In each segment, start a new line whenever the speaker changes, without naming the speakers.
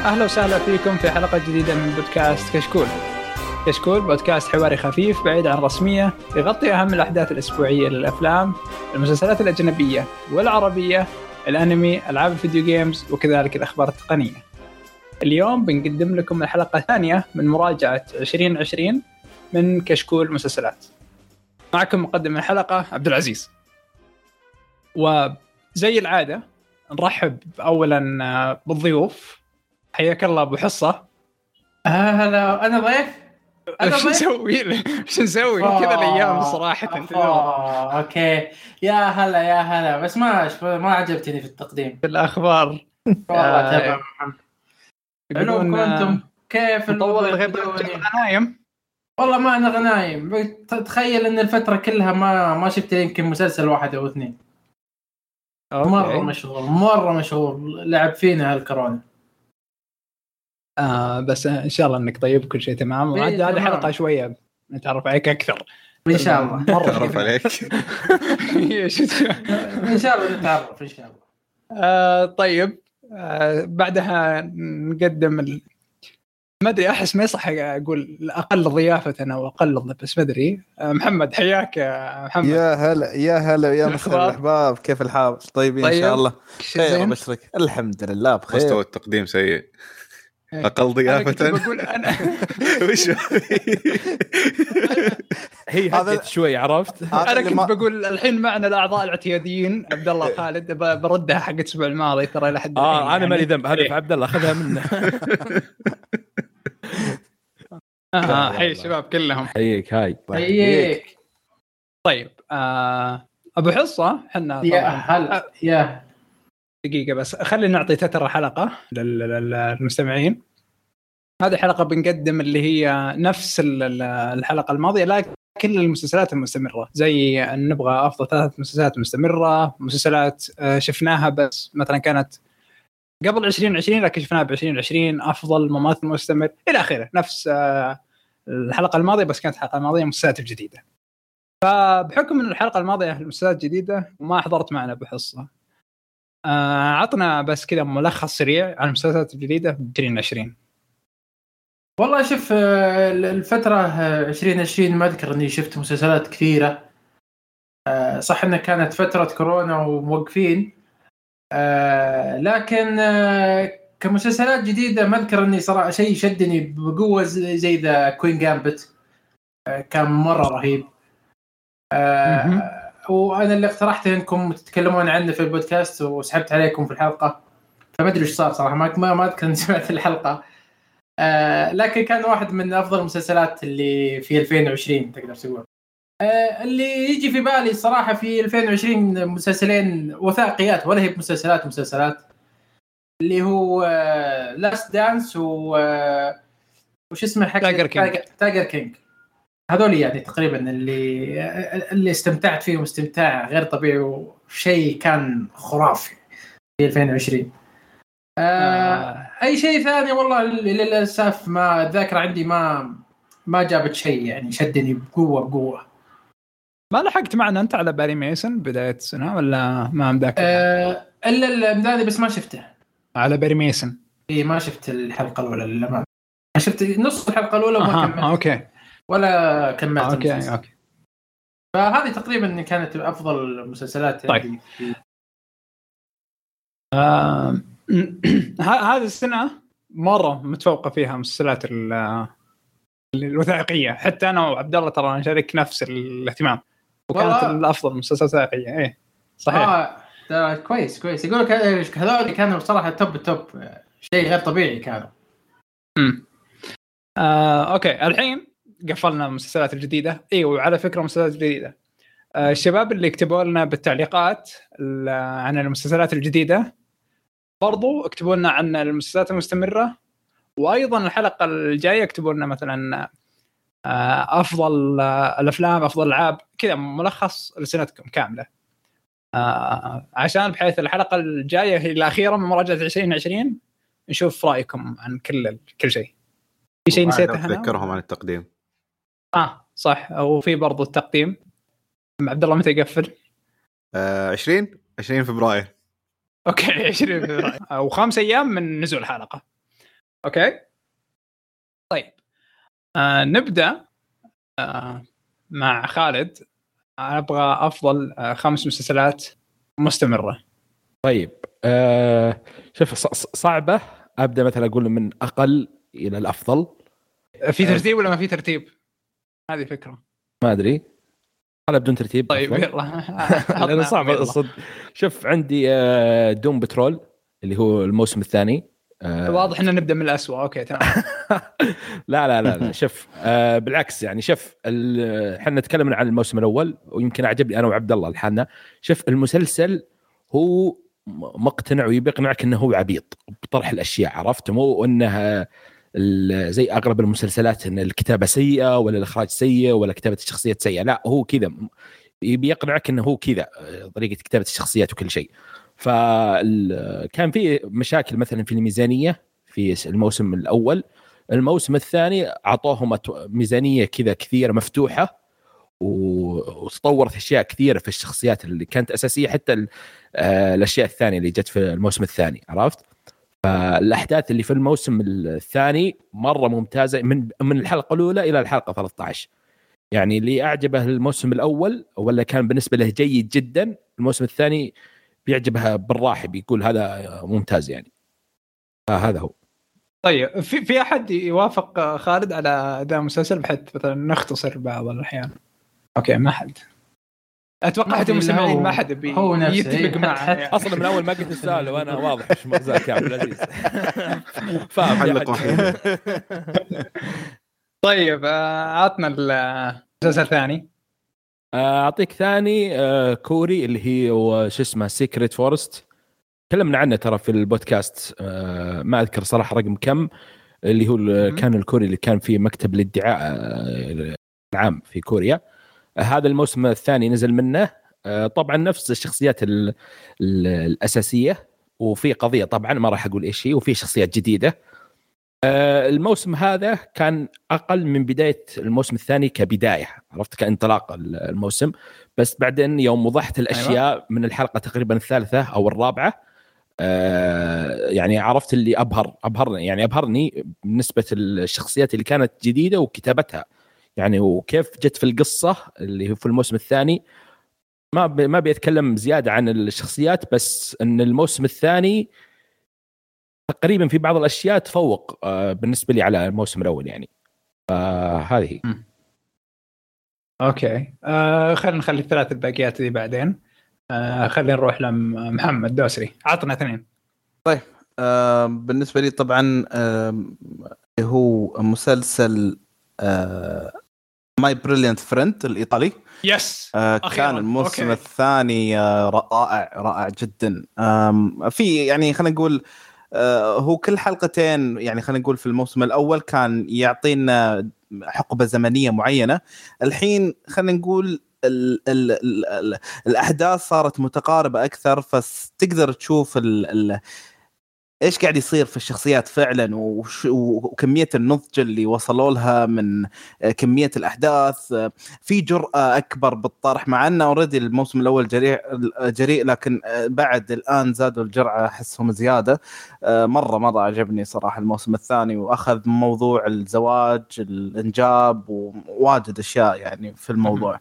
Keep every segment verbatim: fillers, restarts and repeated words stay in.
أهلا وسهلا فيكم في حلقة جديدة من بودكاست كشكول. كشكول بودكاست حواري خفيف بعيد عن الرسمية، يغطي أهم الأحداث الأسبوعية للأفلام، المسلسلات الأجنبية والعربية، الأنمي، ألعاب الفيديو جيمز، وكذلك الأخبار التقنية. اليوم بنقدم لكم الحلقة الثانية من مراجعة عشرين عشرين من كشكول مسلسلات. معكم مقدم الحلقة عبد العزيز، وزي العادة نرحب أولا بالضيوف. حياك الله أبو حصة.
هلا أنا ضيف.
أنا شو نسوي شو نسوي كذا الأيام صراحة. أنت
آه أوكي يا هلا يا هلا، بس ما ما عجبتني في التقديم.
في الأخبار
والله تمام محمد. علومكم أنتم كيف
نطول الغيبة نايم؟
والله ما أنا غنايم. تخيل إن الفترة كلها ما ما شفت يمكن مسلسل واحد أو اثنين. أوكي. مرة مشغول مرة مشغول لعب فينا هالكورونا.
آه بس إن شاء الله إنك طيب كل شيء تمام. وعاد هذه حلقة شوية نتعرف عليك أكثر
إن شاء الله.
مرة
نتعرف عليك.
إن شاء الله نتعرف إن شاء الله.
آه طيب آه بعدها نقدم ال... ما أدري أحس ما يصح أقول أقل ضيافة أو أقل بس ما أدري. آه محمد حياك يا محمد.
يا هلا يا هلا يا مساء الأحباب، كيف الحال؟ طيبين طيب. إن شاء الله خير وبشرك. الحمد لله بخير.
مستوى التقديم سيء. أقل ضيافة.
أنا بقول أنا
وش
هي هديت شوي عرفت.
أنا كنت ما... بقول الحين معنا الأعضاء الاعتياديين عبد الله خالد بردها حق الأسبوع الماضي ترى إلى حد
آه أنا يعني. مالي ذنب هذا في عبد الله أخذها منه.
آه حي الشباب كلهم.
حيك هاي.
حيك.
طيب آه أبو حصة حنا
يا هلا يا
دقيقة بس خلينا نعطي تتر حلقة للمستمعين. هذه حلقة بنقدم اللي هي نفس الحلقة الماضية لكن المسلسلات المستمرة، زي نبغى أفضل ثلاث مسلسلات مستمرة، مسلسلات شفناها بس مثلا كانت قبل عشرين عشرين لكن شفناها بعشرين عشرين، أفضل ممثل مستمر إلى آخره. نفس الحلقة الماضية بس كانت الحلقة الماضية مسلسلات جديدة. فبحكم أن الحلقة الماضية المسلسلات جديدة وما حضرت معنا بحصة، آه عطنا بس كذا ملخص سريع عن المسلسلات الجديدة ب عشرين عشرين.
والله شوف الفترة عشرين عشرين ما أذكر أني شفت مسلسلات كثيرة. آه صح أنها كانت فترة كورونا وموقفين، آه لكن آه كمسلسلات جديدة ما أذكر أني صراحة شيء شدني بقوة زي ذا كوين جامبت. آه كان مرة رهيب. آه وأنا اللي اقترحته إنكم تتكلمون عنه في البودكاست وسحبت عليكم في الحلقة، فما أدري إيش صار صراحة. ما ما أذكر إني سمعت الحلقة. آه لكن كان واحد من أفضل المسلسلات اللي في ألفين وعشرين تقدر تقول. آه اللي يجي في بالي صراحة في ألفين وعشرين مسلسلين وثائقيات ولا هي مسلسلات مسلسلات اللي هو آه لاست دانس و آه وش اسمه حق
تايجر كينج.
تايجر كينج. هذول يعني تقريبا اللي اللي استمتعت فيهم استمتاع غير طبيعي وشيء كان خرافي في ألفين وعشرين. آه آه. أي شيء ثاني والله للأسف ما الذاكرة عندي ما ما جابت شيء يعني شدني بقوة بقوة.
ما لحقت معنا أنت على باري ميسن بداية السنة ولا ما مذاكر؟
آه إلا المداني بس ما شفته
على باري ميسن.
إيه ما شفت الحلقة الأولى إلا ما شفت نص الحلقة الأولى وما كملت.
أوكي.
ولا كملت.
أوكي
المسلسل.
أوكي.
فهذه تقريبا كانت أفضل المسلسلات.
طيب. آه هذه السنة مرة متفوقة فيها مسلسلات الوثائقية، حتى أنا وعبد الله ترى نشارك نفس الاهتمام وكانت الأفضل مسلسلات وثائقية. إيه صحيح.
آه ده كويس كويس. يقولك هذول كانوا بصراحة توب توب شيء غير طبيعي كانوا.
امم آه أوكي الحين قفلنا المسلسلات الجديدة. إيه وعلى فكرة مسلسلات جديدة، آه الشباب اللي اكتبوا لنا بالتعليقات عن المسلسلات الجديدة برضو اكتبوا لنا عن المسلسلات المستمرة، وأيضا الحلقة الجاية اكتبوا لنا مثلا أفضل الأفلام أفضل الألعاب كذا ملخص لسنتكم كاملة، عشان بحيث الحلقة الجاية هي الأخيرة من مراجعة عشرين عشرين نشوف رأيكم عن كل كل شيء. في شيء نسيته هنا؟
أذكرهم عن التقديم.
آه صح. وفي برضو التقديم. عبد الله متى يقفل؟
آه عشرين عشرين فبراير.
أوكي عشرين فبراير وخمس أيام من نزول الحلقة. اوكي طيب آه نبدا آه مع خالد. ابغى افضل آه خمس مسلسلات مستمره.
طيب آه شوف صعبه ابدا مثلا اقول من اقل الى الافضل.
في ترتيب ولا ما في ترتيب؟ هذه فكره
ما ادري هذا بدون ترتيب.
طيب يلا
لانه صعب الصد. شوف عندي دوم بترول اللي هو الموسم الثاني.
واضح ان نبدا من الأسوأ. اوكي تمام.
لا لا لا, لا. شوف آه بالعكس يعني شوف احنا نتكلم عن الموسم الاول ويمكن اعجبني انا وعبد الله لحالنا. شوف المسلسل هو مقتنع ويقنعك انه هو عبيط بطرح الاشياء عرفت مو انها زي اغلب المسلسلات ان الكتابه سيئه ولا الاخراج سيء ولا كتابه الشخصيات سيئه. لا هو كذا بيقنعك انه هو كذا طريقه كتابه الشخصيات وكل شيء. فكان في مشاكل مثلا في الميزانيه في الموسم الاول. الموسم الثاني اعطوهم ميزانيه كذا كثيره مفتوحه وتطورت اشياء كثيره في الشخصيات اللي كانت اساسيه حتى الاشياء الثانيه اللي جت في الموسم الثاني عرفت. فالاحداث اللي في الموسم الثاني مره ممتازه من من الحلقه الاولى الى الحلقه ثلاثة عشر. يعني اللي اعجبه الموسم الاول ولا كان بالنسبه له جيد جدا الموسم الثاني بيعجبها بالراحه بيقول هذا ممتاز يعني. فهذا هو.
طيب في في احد يوافق خالد على اداء المسلسل بحيث مثلا نختصر بعض الاحيان؟ اوكي ما حد. اتوقع حتى المستمعين ما حد يتفق معه يعني.
اصلا من اول ما قلت السؤال وانا واضح ايش مغزاك يا عبد العزيز. فاهم.
طيب عطنا المسلسل الثاني.
اعطيك ثاني كوري اللي هي وش اسمه سيكريت فورست. تكلمنا عنه ترى في البودكاست ما اذكر صراحه رقم كم اللي هو كان الكوري اللي كان في مكتب الادعاء العام في كوريا. هذا الموسم الثاني نزل منه طبعا نفس الشخصيات ال ال الأساسية وفي قضية طبعا ما راح أقول إيش هي وفي شخصيات جديدة. الموسم هذا كان أقل من بداية الموسم الثاني كبداية عرفت كانطلاق الموسم. بس بعدين يوم وضحت الأشياء من الحلقة تقريبا الثالثة أو الرابعة يعني عرفت اللي أبهر أبهرني يعني أبهرني بالنسبة للشخصيات اللي كانت جديدة وكتابتها يعني وكيف جت في القصة اللي هو في الموسم الثاني. ما ما بيتكلم زيادة عن الشخصيات بس أن الموسم الثاني تقريبا في بعض الأشياء تفوق بالنسبة لي على الموسم الأول يعني. فهذه هي.
أوكي آه خلينا نخلي الثلاث الباقيات دي بعدين. آه خلينا نروح لمحمد دوسري. عطنا اثنين.
طيب آه بالنسبة لي طبعا آه هو مسلسل ماي بريليانت فريند الإيطالي.
يس
آه كان الموسم أوكي. الثاني آه رائع رائع جدا. في يعني خلينا نقول آه هو كل حلقتين يعني خلينا نقول في الموسم الأول كان يعطينا حقبة زمنية معينة. الحين خلينا نقول ال ال ال ال الأحداث صارت متقاربة أكثر فتقدر تشوف ال ال إيش قاعد يصير في الشخصيات فعلا وكمية النضج اللي وصلوا لها من كمية الأحداث. في جرأة أكبر بالطرح مع أنه أوريدي الموسم الأول جريء جريء لكن بعد الآن زادوا الجرأة أحسهم زيادة. مرة مرة عجبني صراحة الموسم الثاني وأخذ موضوع الزواج الإنجاب وواجد أشياء يعني في الموضوع.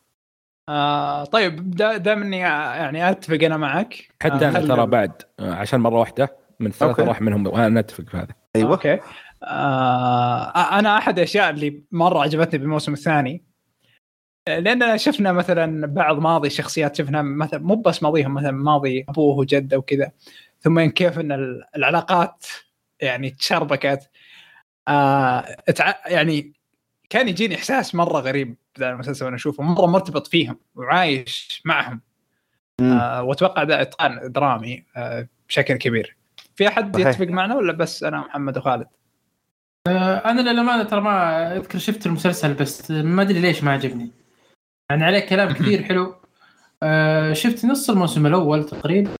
آه طيب دا دامني يعني أتفق أنا معك
حتى أنا ترى بعد عشان مرة واحدة من ثلاثة راح منهم وأنا أتفق في هذا.
أيوة.
أوكي آه أنا أحد الأشياء اللي مرة عجبتني بالموسم الثاني لأننا شفنا مثلا بعض ماضي شخصيات شفنا مثلا مو بس ماضيهم مثلا ماضي أبوه وجده وكذا ثم كيف أن العلاقات يعني تشربكت. آه يعني كان يجيني إحساس مرة غريب ذا المسلسل وأنا أشوفه مرة مرتبط فيهم وعايش معهم. آه وأتوقع ذا إتقان درامي آه بشكل كبير. في أحد يتفق معنا ولا بس أنا محمد وخالد؟
آه أنا للأمانة ترى ما أذكر شفت المسلسل بس ما أدري ليش ما عجبني يعني عليه كلام كثير حلو. آه شفت نص الموسم الأول تقريبا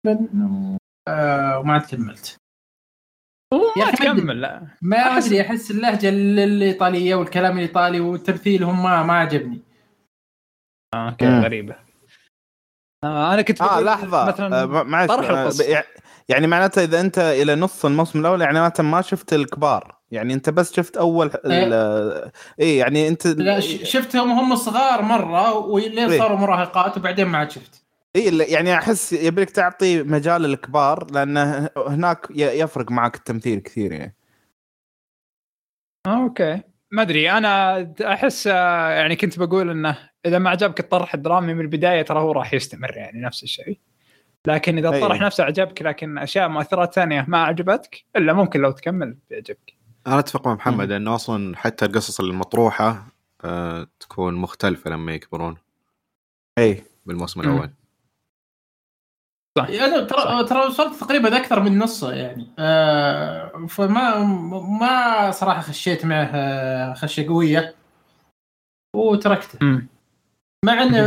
آه وما كملت.
ما تكمل لا
ما أدري أحس اللهجة الإيطالية والكلام الإيطالي والتمثيلهم ما ما عجبني.
آه أوكي غريبة. آه أنا كنت
آه لحظة
مثلا
آه معلش آه يعني معناته اذا انت الى نص الموسم الاول يعني معناته ما شفت الكبار، يعني انت بس شفت اول ايه, إيه يعني انت
لا شفتهم هم صغار مره ولين
إيه؟
صاروا مراهقات وبعدين ما عاد شفت.
اي يعني احس يبيك تعطي مجال للكبار لانه هناك يفرق معك التمثيل كثير يعني.
اوكي ما ادري انا احس يعني كنت بقول انه اذا ما عجبك الطرح الدرامي من البدايه ترى هو راح يستمر يعني نفس الشيء، لكن اذا الطرح نفسه عجبك لكن اشياء مؤثرات ثانيه ما عجبتك الا ممكن لو تكمل بيعجبك.
انا اتفق مع محمد انه اصلا حتى القصص المطروحه أه تكون مختلفه لما يكبرون
اي
بالموسم الاول.
صح يعني ترى ترى وصلت تقريبا اكثر من نصه يعني آه فما ما صراحه خشيت معه خشه قويه وتركته م. مع ان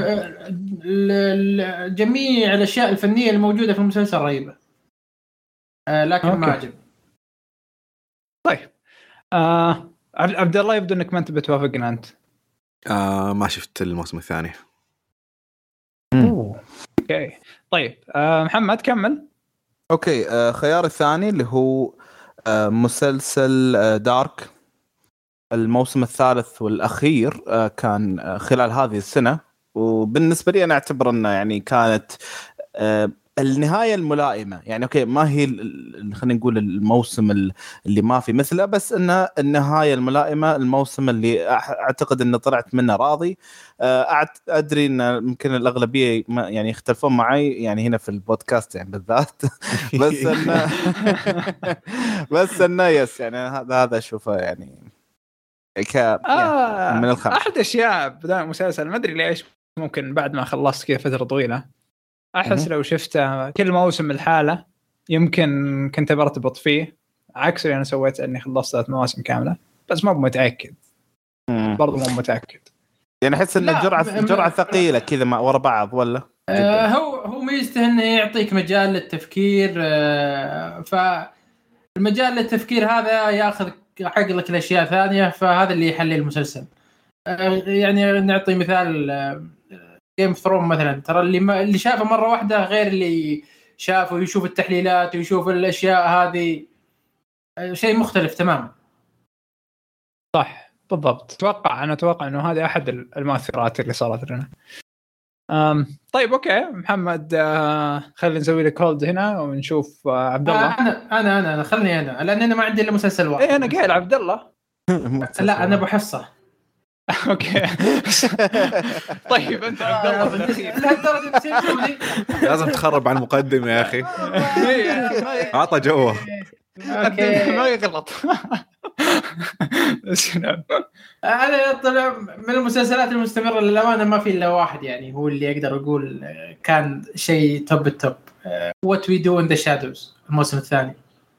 جميع الاشياء الفنيه الموجوده في المسلسل رهيبه آه لكن أوكي. ما عجب.
طيب آه عبد الله يبدو انك ما انت بتوافقنا انت.
آه ما شفت الموسم الثاني.
اوه اوكي طيب آه محمد كمل.
اوكي آه خيار الثاني اللي هو آه مسلسل آه دارك. الموسم الثالث والاخير آه كان آه خلال هذه السنه، وبالنسبه لي انا اعتبر انه يعني كانت آه النهايه الملائمه، يعني اوكي ما هي خلينا نقول الموسم اللي ما في مثله، بس انها النهايه الملائمه، الموسم اللي اعتقد انه طلعت منه راضي. ادري ان يمكن الاغلبيه يعني يختلفون معي يعني هنا في البودكاست يعني بالذات بس انه بس انه يس يعني هذا هذا اشوفه يعني ك
آه
من الخمس.
احد اشياء بدايه المسلسل ما ادري ليش ممكن بعد ما خلصت كذا فتره طويله احس لو شفته كل موسم الحاله يمكن كنت برتبط فيه، عكس اللي انا سويت اني خلصت ثلاث مواسم كامله بس ما متاكد برضو مو متاكد
يعني احس ان جرعه جرعه ثقيله كذا مع ورا بعض ولا
آه هو هو ميزته انه يعطيك مجال للتفكير آه فالمجال للتفكير هذا ياخذ عقلك لاشياء ثانيه، فهذا اللي يحلي المسلسل. آه يعني نعطي مثال آه جيم ثرون مثلا، ترى اللي ما اللي شافه مره واحده غير اللي شافه ويشوف التحليلات ويشوف الاشياء هذه شيء مختلف تماما.
صح بالضبط. اتوقع انا اتوقع انه هذا احد المؤثرات اللي صارت لنا. أم طيب اوكي محمد آه خلينا نسوي لك هولد هنا ونشوف آه عبد الله.
آه انا انا انا انا خلني انا لان انا ما عندي الا مسلسل واحد.
ايه انا قايل عبد الله.
لا انا ابو حصه.
اوكي طيب انت عبد الله
لازم تخرب عن المقدم يا اخي. عطى جوه
ما
يغلط.
انا طلع من المسلسلات المستمره للامانه ما في الا واحد يعني هو اللي اقدر اقول كان شيء توب التوب، وات وي دو ان ذا شادوز الموسم الثاني.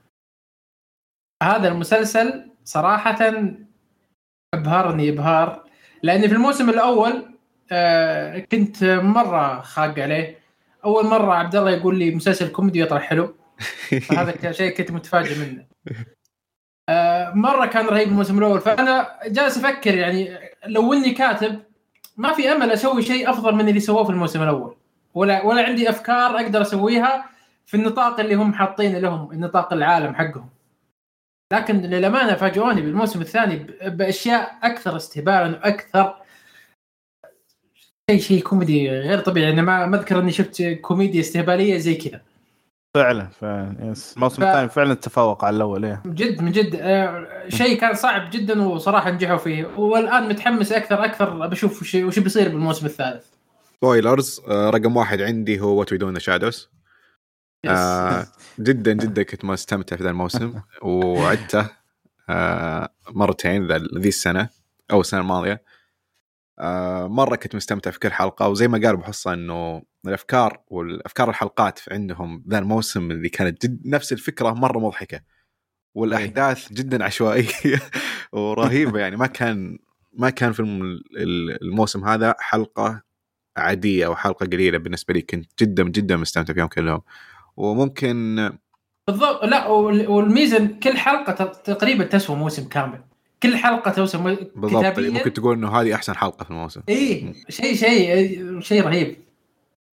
هذا المسلسل صراحه ابهرني ابهار، لأن في الموسم الأول آه كنت مرة خاق عليه. أول مرة عبد الله يقول لي مسلسل كوميدي يطلع حلو، فهذا كان شيء كنت متفاجئ منه. آه مرة كان رهيب الموسم الأول، فأنا جالس أفكر يعني لو إني كاتب ما في أمل أسوي شيء أفضل من اللي سووه في الموسم الأول، ولا ولا عندي أفكار أقدر أسويها في النطاق اللي هم حاطين لهم، النطاق العالم حقهم. لكن للأمانة فاجئوني بالموسم الثاني بأشياء أكثر استهبالا وأكثر شيء شيء كوميدي غير طبيعي. أنا ما ما أذكر إني شفت كوميديا استهبالية زي كذا.
فعلا فعلا يس الموسم ف... الثاني فعلا تفوق على الأول. إيه
جد من جد آه شيء كان صعب جدا وصراحة نجحوا فيه، والآن متحمس أكثر أكثر بشوف وش وش بيصير بالموسم الثالث.
بويلرز آه رقم واحد عندي هو وات وي دو ان ذا شادوز. آه جدا جدا كنت مستمتع في ذا الموسم وعدته آه مرتين ذي السنة أو السنة الماضية. آه مرة كنت مستمتع في كل حلقة، وزي ما قال بحصة إنه الأفكار والأفكار الحلقات عندهم ذا الموسم اللي كانت جد نفس الفكرة مرة مضحكة، والأحداث جدا عشوائية ورهيبة. يعني ما كان ما كان في الموسم هذا حلقة عادية أو حلقة قليلة بالنسبة لي. كنت جدا جدا مستمتع فيهم كلهم. وممكن
بالضبط لا والميزة كل حلقة تقريبا تسوى موسم كامل، كل حلقة تسوى
كتابيا. ممكن تقول إنه هذه أحسن حلقة في الموسم.
إيه شيء شيء شيء رهيب.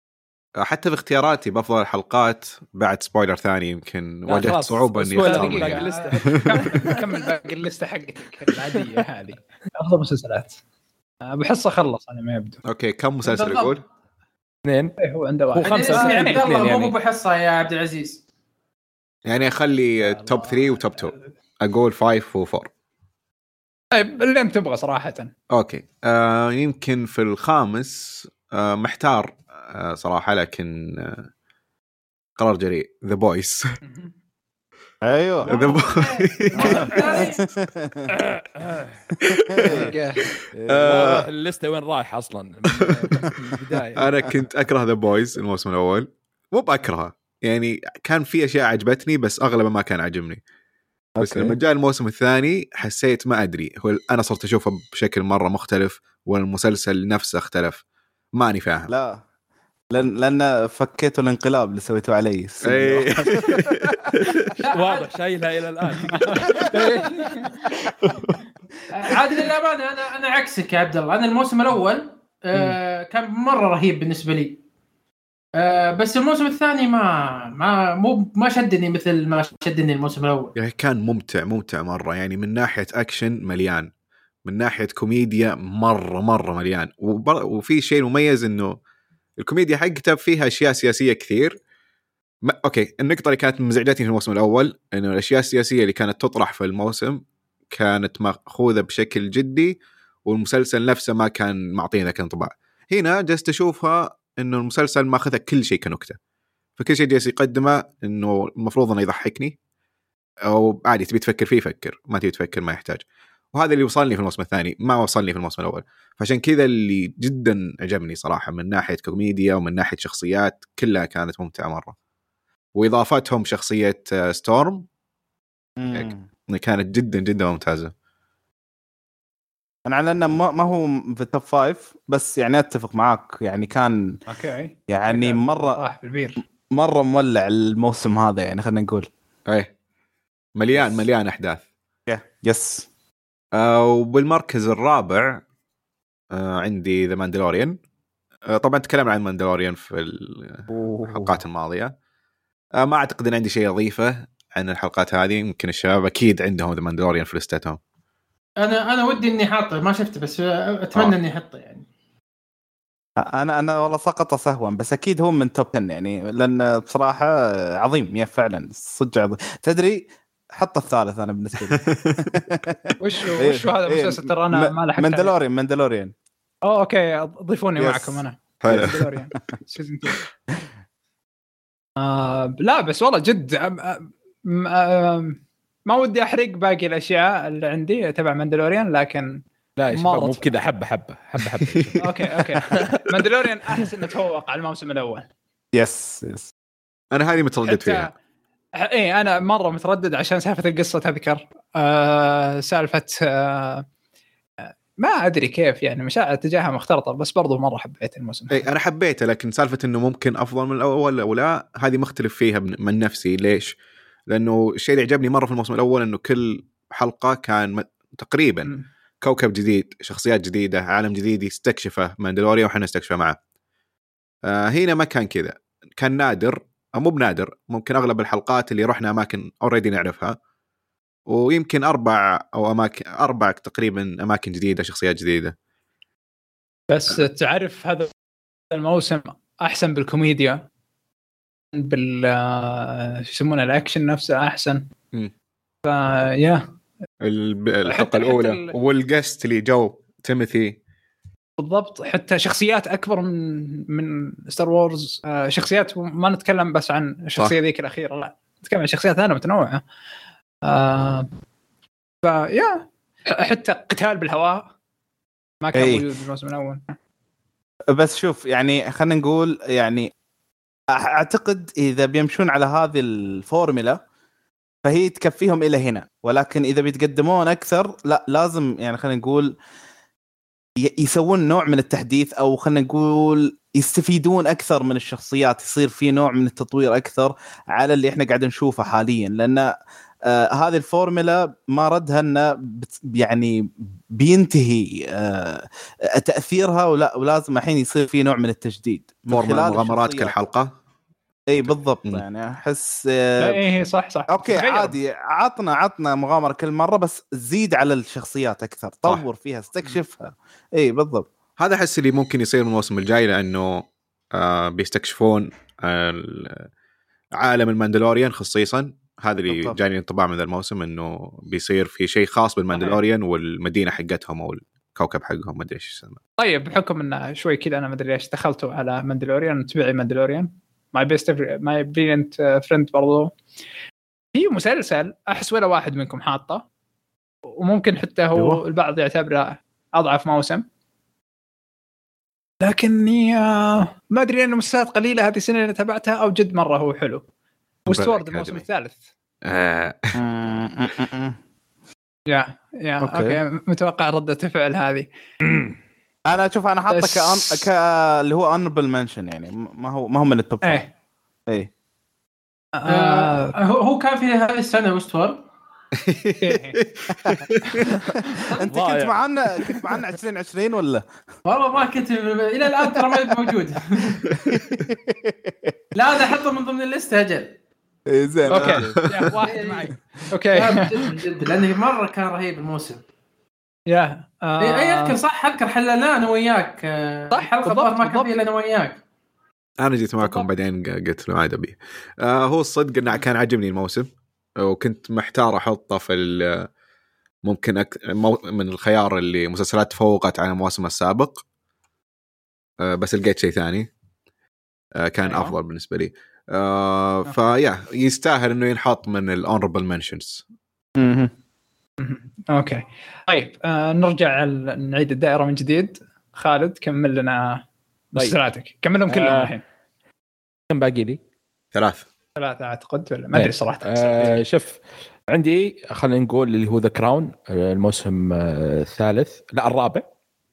حتى في اختياراتي بافضل الحلقات بعد سبويلر ثاني يمكن واجهت صعوبه اني اختار
باقي الليسته. كمل باقي الليسته حقتك العاديه هذه افضل مسلسلات. بحصه خلص انا ما يبدو.
اوكي كم مسلسل يقول؟
اثنين.
ايه هو عنده واحد.
هو خمسه عبد الله مو بحصه يا عبد العزيز.
يعني اخلي توب ثلاثة وتوب اثنين اقول خمسة وأربعة.
طيب اللي انت تبغى صراحه.
اوكي آه يمكن في الخامس آه محتار آه صراحه لكن آه قرار جريء ذا بويس.
ايوه
ذا بويس.
الليسته وين رايح اصلا من البدايه؟
انا كنت اكره ذا بويز الموسم الاول، مو بكرهه يعني كان في اشياء عجبتني بس اغلبها ما كان عجبني. بس
أوكي.
لما جاء الموسم الثاني حسيت ما ادري هو انا صرت اشوفه بشكل مره مختلف والمسلسل نفسه اختلف، ماني فاهم.
لا لان لان فكيتوا الانقلاب اللي سويتوه علي.
أي.
واضح شايلها الى الان.
عاد للامانه انا انا عكسك يا عبد الله. انا الموسم الاول آه كان مره رهيب بالنسبه لي، آه بس الموسم الثاني ما ما مو ما شدني مثل ما شدني الموسم الاول.
يعني كان ممتع ممتع مره، يعني من ناحيه اكشن مليان، من ناحيه كوميديا مره مره مليان، وفي شيء مميز انه الكوميديا حقتها فيها اشياء سياسيه كثير. ما... اوكي النقطه اللي كانت مزعجتني في الموسم الاول انه الاشياء السياسيه اللي كانت تطرح في الموسم كانت ماخوذه بشكل جدي والمسلسل نفسه ما كان معطينا ذاك الانطباع. هنا جلست اشوفها انه المسلسل ماخذها كل شيء كنكته، فكل شيء جالس يقدمه انه المفروض انه يضحكني او عادي تبي تفكر فيه فكر، ما تبي تفكر ما يحتاج. وهذا اللي وصلني في الموسم الثاني ما وصلني في الموسم الاول، فعشان كذا اللي جدا عجبني صراحه من ناحيه كوميديا ومن ناحيه شخصيات كلها كانت ممتعه مره، واضافتهم شخصيه ستورم كانت جدا جدا ممتازه.
انا على انه ما هو في التوب فايف بس يعني اتفق معاك، يعني كان
اوكي
يعني مره
راح بالبير
مره مولع الموسم هذا، يعني خلينا نقول
ايه مليان مليان احداث.
يس.
آه وبالمركز الرابع آه عندي ذا ماندلوريان. آه طبعا تكلمنا عن ماندلوريان في الحلقات الماضيه، آه ما اعتقد ان عندي شيء اضيفه عن الحلقات هذه. يمكن الشباب اكيد عندهم ذا ماندلوريان في لستاتهم.
انا انا ودي اني حاطه ما شفته بس اتمنى آه. اني احطه يعني.
انا انا والله سقط سهوا بس اكيد هو من توب عشرة يعني، لان بصراحه عظيم يا فعلا صدق عظيم. تدري حط الثالث انا بالنسبه لي.
وش وش هذا المسلسل ترى انا ما لحقت.
ماندلوريان ماندلوريان
اوه اوكي ضيفوني معكم انا. ماندلوريان سيزون اثنين. آه لا بس والله جد ما ودي احرق باقي الاشياء اللي عندي تبع ماندلوريان، لكن
لا مو بكذا حبه حبه حبه حبه.
اوكي اوكي ماندلوريان احس انه تفوق على الموسم الاول.
يس يس
انا هذه متردد فيها.
ايه انا مره متردد عشان سالفه القصه تذكر آه سالفه آه ما ادري كيف يعني مشاعر تجاهها مختلطه، بس برضو مره حبيت الموسم.
اي انا حبيته، لكن سالفه انه ممكن افضل من الاول او لا هذه مختلف فيها من نفسي. ليش؟ لانه الشيء اللي عجبني مره في الموسم الاول انه كل حلقه كان تقريبا م. كوكب جديد، شخصيات جديده، عالم جديد يستكشفه ماندلوريا وحنا نستكشفه معه. آه هنا ما كان كذا، كان نادر أو مو بنادر، ممكن أغلب الحلقات اللي رحنا أماكن أوريدي نعرفها، ويمكن أربع أو أماكن أربع تقريبا أماكن جديدة، شخصيات جديدة.
بس تعرف هذا الموسم أحسن بالكوميديا، بال شو يسمونه الأكشن نفسه أحسن. فيا
الحلقة الأولى ال... والجست اللي جو تيموثي
بالضبط، حتى شخصيات أكبر من من ستار وورز، شخصيات ما نتكلم بس عن الشخصية ذيك الأخيرة، لا نتكلم عن شخصيات ثانية متنوعة. آه فيا حتى قتال بالهواء ما كان موجود في الموسم الأول.
بس شوف يعني خلينا نقول يعني أعتقد إذا بيمشون على هذه الفورمولا فهي تكفيهم إلى هنا، ولكن إذا بيتقدمون أكثر لا لازم يعني خلينا نقول يسوون نوع من التحديث، أو خلينا نقول يستفيدون أكثر من الشخصيات، يصير في نوع من التطوير أكثر على اللي إحنا قاعد نشوفه حاليا. لأن آه هذه الفورمولا ما ردها انه يعني بينتهي آه تاثيرها، ولا ولازم الحين يصير في نوع من التجديد من
خلال مغامرات كل حلقه.
اي بالضبط. م. يعني احس آه
اي صح صح
اوكي عادي، عطنا عطنا مغامره كل مره بس زيد على الشخصيات اكثر، طور فيها، استكشفها. اي بالضبط.
هذا احس اللي ممكن يصير من الموسم الجاي، لانه آه بيستكشفون آه عالم الماندلوريان خصيصا. هذا اللي جاني انطباع من الموسم، انه بيصير في شيء خاص بالماندلوريان والمدينه حقتهم او الكوكب حقهم، ما ادري ايش اسمه.
طيب بحكم انه شوي كذا انا ما ادري ليش دخلتوا على ماندلوريان، تبعي ماندلوريان ماي بيست ماي بريليانت فريند برضو في مسلسل احس ولا واحد منكم حاطه، وممكن حتى هو دو. البعض يعتبره اضعف موسم، لكني ما ادري انه مسلسلات قليله هذه السنه اللي تابعتها او جد مره هو حلو. وستورد الموسم الثالث يا يا اوكي متوقع ردة فعل هذه.
انا اشوف انا حاطه كأن... ك اللي هو honorable mention، يعني ما هو ما هو من التوب.
ايه
ايه
آه هو كان في هذه السنه وستورد.
انت كنت معنا كنت معنا عشرين عشرين ولا؟
والله ما كنت الى الان ترى ما موجود. لا هذا حطه من ضمن الليسته اجل.
ايه زين
اوكي واحد معي اوكي
جد جد لانه مره كان رهيب الموسم.
يا
آه اي اذكر صح اذكر حللنا انا وياك
صح
حلقه الظاهر ما كان فيها انا وياك.
انا جيت معكم بعدين قلت له عاد ابي آه هو الصدق انه كان عجبني الموسم، وكنت محتار احطه في ممكن أك... من الخيار اللي مسلسلات تفوقت على المواسم السابق، آه بس لقيت شيء ثاني آه كان أيوة. افضل بالنسبه لي. آه فيا يستاهل انه ينحط من الأونربل منشنز.
اوكي طيب آه نرجع نعيد الدائره من جديد. خالد كمل لنا مسلسلاتك. طيب. كملهم كلهم الحين. آه.
كم باقي لي؟
ثلاث
ثلاثة اعتقد ولا ما ادري صراحه.
آه شوف عندي خلينا نقول اللي هو ذا كراون الموسم الثالث لا الرابع.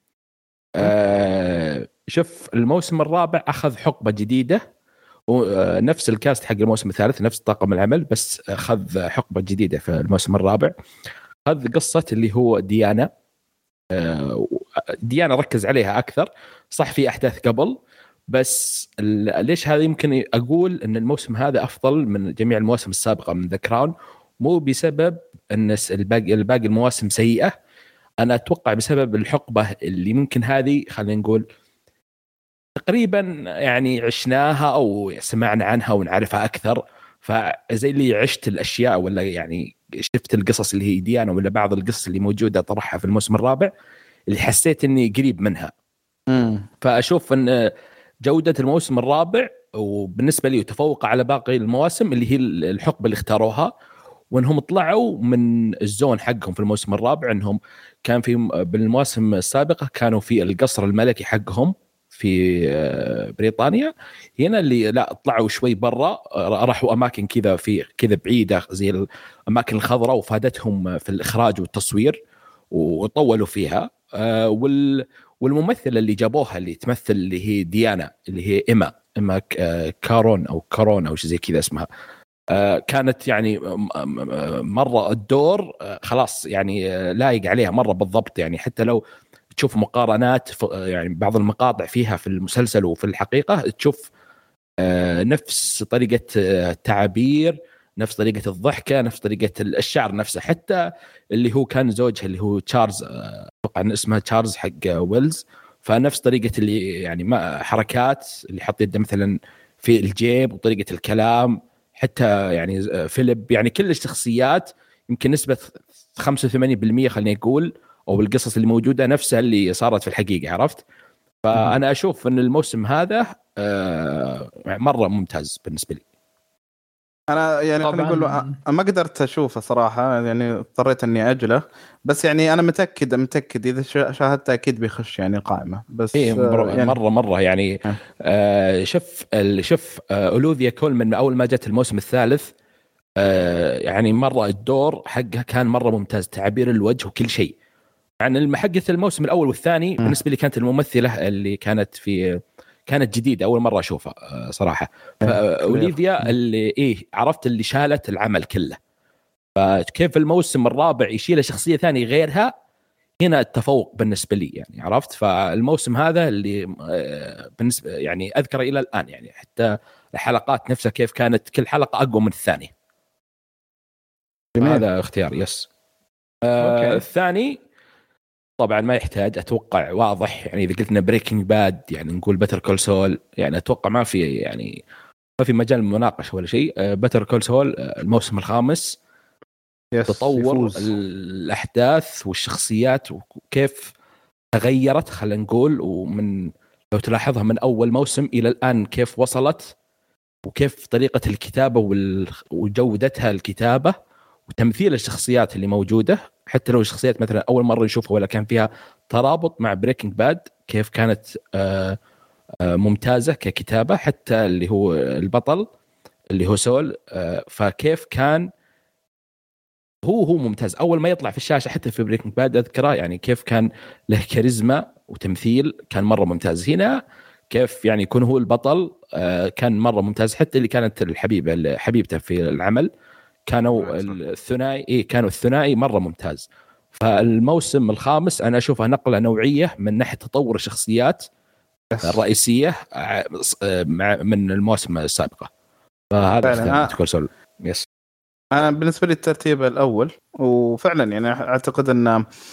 آه شوف الموسم الرابع اخذ حقبه جديده، ونفس الكاست حق الموسم الثالث نفس طاقم العمل، بس اخذ حقبه جديده في الموسم الرابع. اخذ قصه اللي هو ديانا. آه ديانا ركز عليها اكثر، صح في احداث قبل، بس ليش هذا يمكن اقول ان الموسم هذا افضل من جميع المواسم السابقه من ذا كراون، مو بسبب ان الباقي الباقي المواسم سيئه. انا اتوقع بسبب الحقبه اللي ممكن هذه خلينا نقول تقريبا يعني عشناها او سمعنا عنها ونعرفها اكثر، فزي اللي عشت الاشياء ولا يعني شفت القصص اللي هي ديانا ولا بعض القصص اللي موجوده طرحها في الموسم الرابع اللي حسيت اني قريب منها.
مم.
فاشوف ان جوده الموسم الرابع وبالنسبه لي تفوق على باقي المواسم اللي هي الحقبه اللي اختاروها، وانهم طلعوا من الزون حقهم في الموسم الرابع. انهم كان في بالمواسم السابقه كانوا في القصر الملكي حقهم في بريطانيا، هنا اللي لا طلعوا شوي برا، راحوا اماكن كذا في كذا بعيده زي الاماكن الخضراء، وفادتهم في الاخراج والتصوير وطولوا فيها. وال والممثله اللي جابوها اللي تمثل اللي هي ديانا اللي هي إما إما كارون أو كارون أو شيء زي كذا اسمها، كانت يعني مرة الدور خلاص يعني لايق عليها مرة بالضبط. يعني حتى لو تشوف مقارنات يعني بعض المقاطع فيها في المسلسل وفي الحقيقة تشوف نفس طريقة التعبير، نفس طريقة الضحكة، نفس طريقة الشعر نفسه. حتى اللي هو كان زوجها اللي هو تشارلز، أتوقع أن اسمه تشارلز حق ويلز، فنفس طريقة اللي يعني ما حركات اللي حط يده مثلا في الجيب وطريقة الكلام، حتى يعني فيليب، يعني كل الشخصيات يمكن نسبة خمسة وثمانين بالمئة خلينا نقول، أو بالقصص اللي موجودة نفسها اللي صارت في الحقيقة، عرفت؟ فأنا أشوف أن الموسم هذا مرة ممتاز بالنسبة لي.
انا يعني خلينا نقول ما قدرت اشوفه صراحه، يعني اضطريت اني اجله، بس يعني انا متاكد متاكد اذا شاهدته اكيد بيخش يعني القائمه. بس
إيه مره يعني مره, مرة يعني آه شوف شوف آه أوليفيا كولمان من اول ما جت الموسم الثالث آه يعني مره الدور حقها كان مره ممتاز، تعبير الوجه وكل شيء. يعني المحقة الموسم الاول والثاني م. بالنسبه لي كانت الممثله اللي كانت في كانت جديدة أول مرة أشوفها صراحة. فأوليفيا اللي إيه عرفت اللي شالت العمل كله. فكيف الموسم الرابع يشيل شخصيه ثانيه غيرها، هنا التفوق بالنسبه لي يعني، عرفت؟ فالموسم هذا اللي بالنسبه يعني اذكره الى الان يعني، حتى الحلقات نفسها كيف كانت كل حلقه اقوى من الثانيه. هذا اختيار يس. آه الثاني طبعا ما يحتاج، اتوقع واضح يعني، اذا قلنا بريكنج باد يعني نقول بتر كول سول، يعني اتوقع ما في يعني ما في مجال مناقشه ولا شيء. بتر كول سول الموسم الخامس، تطور يفوز. الاحداث والشخصيات وكيف تغيرت خلينا نقول، ومن لو تلاحظها من اول موسم الى الان كيف وصلت، وكيف طريقه الكتابه وجودتها الكتابه وتمثيل الشخصيات اللي موجوده، حتى لو الشخصيات مثلا اول مره نشوفها ولا كان فيها ترابط مع بريكنج باد، كيف كانت آآ آآ ممتازه ككتابه، حتى اللي هو البطل اللي هو سول، فكيف كان هو هو ممتاز اول ما يطلع في الشاشه. حتى في بريكنج باد اذكره يعني كيف كان له كاريزما وتمثيل كان مره ممتاز. هنا كيف يعني يكون هو البطل كان مره ممتاز، حتى اللي كانت الحبيبه حبيبته في العمل كانوا الثنائي إيه كانوا الثنائي مره ممتاز. فالموسم الخامس انا اشوفها نقله نوعيه من ناحيه تطور الشخصيات الرئيسيه من المواسم السابقه. فهذا اختيار تقول سول يس.
انا بالنسبه لي الترتيب الاول، وفعلا يعني اعتقد ان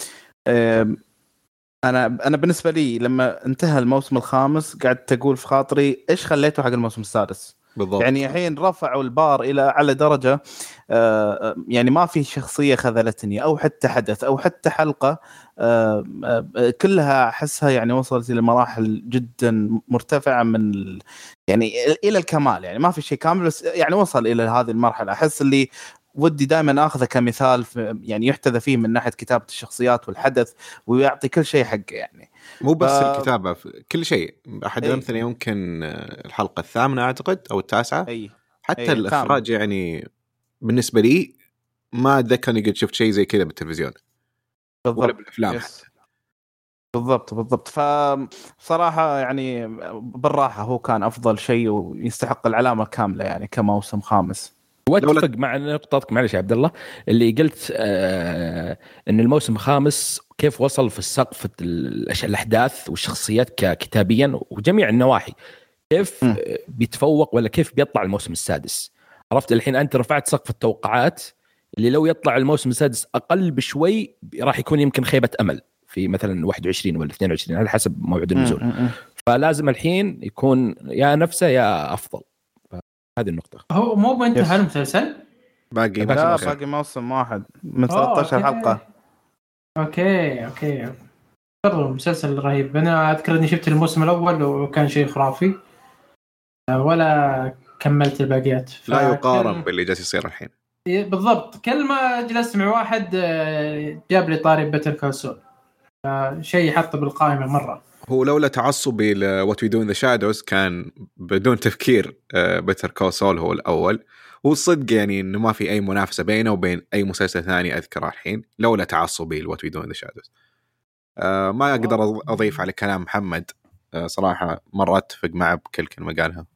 انا انا بالنسبه لي لما انتهى الموسم الخامس قعدت اقول في خاطري ايش خليته حق الموسم السادس
بالضبط.
يعني الحين رفعوا البار الى اعلى درجه، يعني ما في شخصيه خذلتني او حتى حدث او حتى حلقه، كلها احسها يعني وصلت الى مراحل جدا مرتفعه من يعني الى الكمال. يعني ما في شيء كامل بس يعني وصل الى هذه المرحله. احس اللي ودي دائما اخذه كمثال يعني يحتذى فيه من ناحيه كتابه الشخصيات والحدث، ويعطي كل شيء حقه. يعني
مو بس ف... الكتابه في كل شيء. احد الامثله يمكن الحلقه الثامنه اعتقد او التاسعه.
أي.
حتى
أي.
الاخراج يعني بالنسبه لي ما اتذكر اني قد شفت شيء زي كذا بالتلفزيون ولا بالافلام حتى.
بالضبط بالضبط. فصراحه يعني بالراحه هو كان افضل شيء ويستحق العلامه الكامله يعني كموسم خامس.
واتفق مع نقطتك معلش يا عبد الله اللي قلت آه ان الموسم الخامس كيف وصل في السقف الاحداث والشخصيات ككتابيا وجميع النواحي، كيف م. بيتفوق ولا كيف بيطلع الموسم السادس. عرفت الحين انت رفعت سقف التوقعات اللي لو يطلع الموسم السادس اقل بشوي راح يكون يمكن خيبه امل في مثلا واحد وعشرين ولا اثنين وعشرين على حسب موعد النزول. م. م. فلازم الحين يكون يا نفسه يا افضل. هذه النقطة.
هو مو بانتهى المسلسل؟
باقي
لا باقي موسم واحد من ثلاثة عشر حلقة.
أوكي أوكي ترى المسلسل رهيب. أنا أذكر إني شفت الموسم الأول وكان شيء خرافي ولا كملت الباقيات.
لا يقارن باللي جالس يصير الحين.
بالضبط. كل ما جلست مع واحد جاب لي طاري بيتر كول سول، شيء يحط بالقائمة مرة.
هو لولا تعصبي ل What We Do in the Shadows كان بدون تفكير بيتر كول سول هو الأول. والصدق يعني إنه ما في أي منافسة بينه وبين أي مسلسل ثاني أذكره الحين لولا تعصبي ل What We Do in the Shadows. آه ما أقدر أضيف على كلام محمد. آه صراحة مرة أتفق معه بكل كلمة قالها.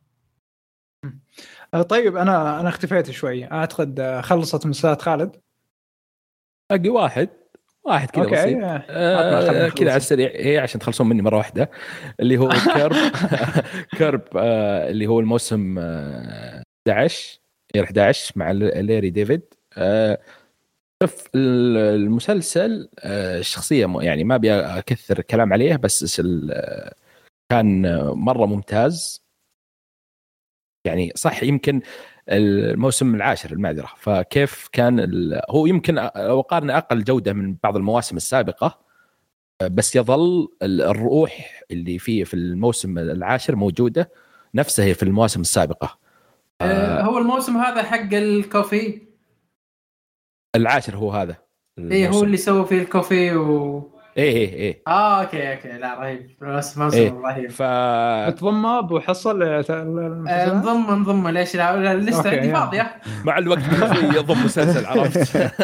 طيب أنا أنا اختفيت شوي. أعتقد خلصت مسلسلات خالد.
أقي واحد واحد كذا بسيط آه كذا على السريع هي عشان تخلصون مني مرة واحدة اللي هو كيرب كيرب آه اللي هو الموسم آه أحد عشر أحد عشر مع ليري ديفيد. آه شوف المسلسل آه الشخصية يعني ما أبي أكثر كلام عليه بس كان مرة ممتاز يعني. صح يمكن الموسم العاشر المعذرة فكيف كان هو يمكن وقارن أقل جودة من بعض المواسم السابقة بس يظل الروح اللي فيه في الموسم العاشر موجودة نفسها هي في المواسم السابقة.
أه هو الموسم هذا حق الكوفي
العاشر هو هذا
ايه هو اللي سوى فيه الكوفي و
ايه ايه ايه
اه اوكي اوكي لا رهيب بس ما
إيه.
رهيب.
ف
بتضمه ابو حصل
انضم انضم ليش لا الليسته عندي فاضيه
مع الوقت شوي يضم مسلسل عرفت.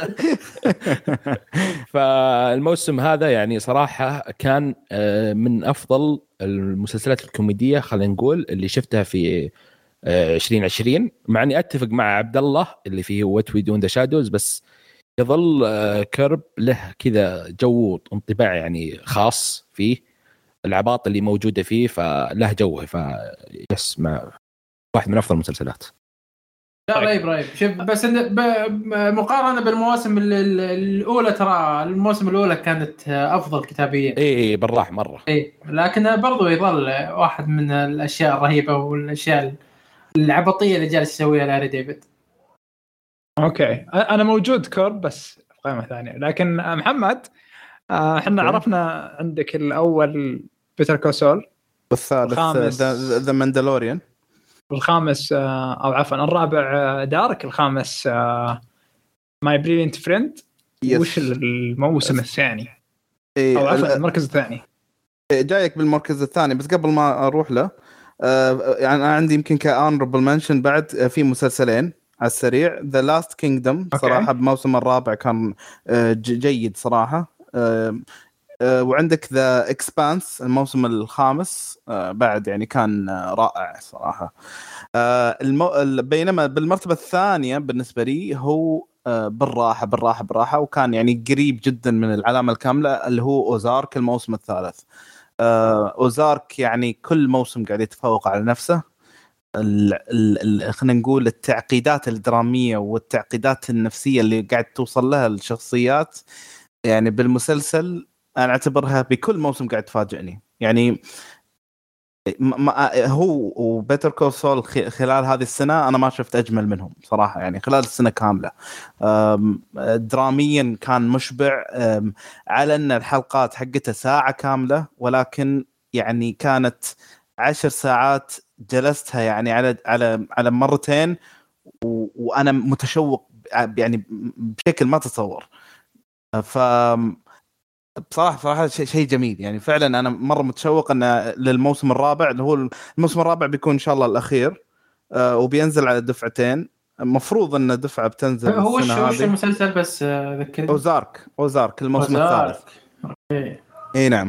فالموسم هذا يعني صراحه كان من افضل المسلسلات الكوميديه خلينا نقول اللي شفتها في عشرين عشرين، مع اني اتفق مع عبد الله اللي فيه وات وي دون ذا شادوز، بس يظل كيرب له كذا جو انطباع يعني خاص فيه، العباط اللي موجوده فيه فله جوه، فيسمع واحد من افضل المسلسلات.
لا رهيب رهيب. شوف بس مقارنه بالمواسم الاولى، ترى الموسم الاولى كانت افضل كتابيا.
اي بالراحه مره.
اي لكن برضو يظل واحد من الاشياء الرهيبه والاشياء العبطيه اللي جالس يسويها لاري ديفيد.
اوكي انا موجود كورب بس قائمه ثانيه. لكن محمد احنا آه عرفنا عندك الاول بيتر كوسول،
والثالث ذا ماندالوريان،
الخامس آه او عفوا الرابع آه دارك، الخامس ماي بريليانت فريند. وش الموسم الثاني
إيه
او عفوا المركز الثاني؟
جايك بالمركز الثاني، بس قبل ما اروح له آه يعني انا عندي يمكن كأونربل منشن بعد في مسلسلين على السريع. ذا لاست كينجدم صراحه بموسم الرابع كان آه جيد صراحه. آه آه وعندك ذا اكسبانس الموسم الخامس آه بعد يعني كان آه رائع صراحه. آه المو... بينما بالمرتبه الثانيه بالنسبه لي هو آه بالراحه بالراحه بالراحه وكان يعني قريب جدا من العلامه الكامله اللي هو اوزارك الموسم الثالث. آه اوزارك يعني كل موسم قاعد يتفوق على نفسه. خلينا نقول التعقيدات الدراميه والتعقيدات النفسيه اللي قاعد توصل لها الشخصيات يعني بالمسلسل انا اعتبرها بكل موسم قاعد تفاجئني. يعني ما هو وبيتر كول سول خلال هذه السنه انا ما شفت اجمل منهم صراحه، يعني خلال السنه كامله دراميا كان مشبع. على ان الحلقات حقتها ساعه كامله، ولكن يعني كانت عشر ساعات جلستها يعني على على على مرتين، وانا متشوق يعني بشكل ما تتصور. ف بصراحه بصراحه شيء جميل يعني فعلا. انا مره متشوق ان للموسم الرابع اللي هو الموسم الرابع بيكون ان شاء الله الاخير، آه وبينزل على دفعتين. المفروض ان دفعه بتنزل
هو
السنه هذه.
هو المسلسل بس ذكرني
اوزارك اوزارك الموسم
أوزارك.
الثالث. اوكي اي نعم.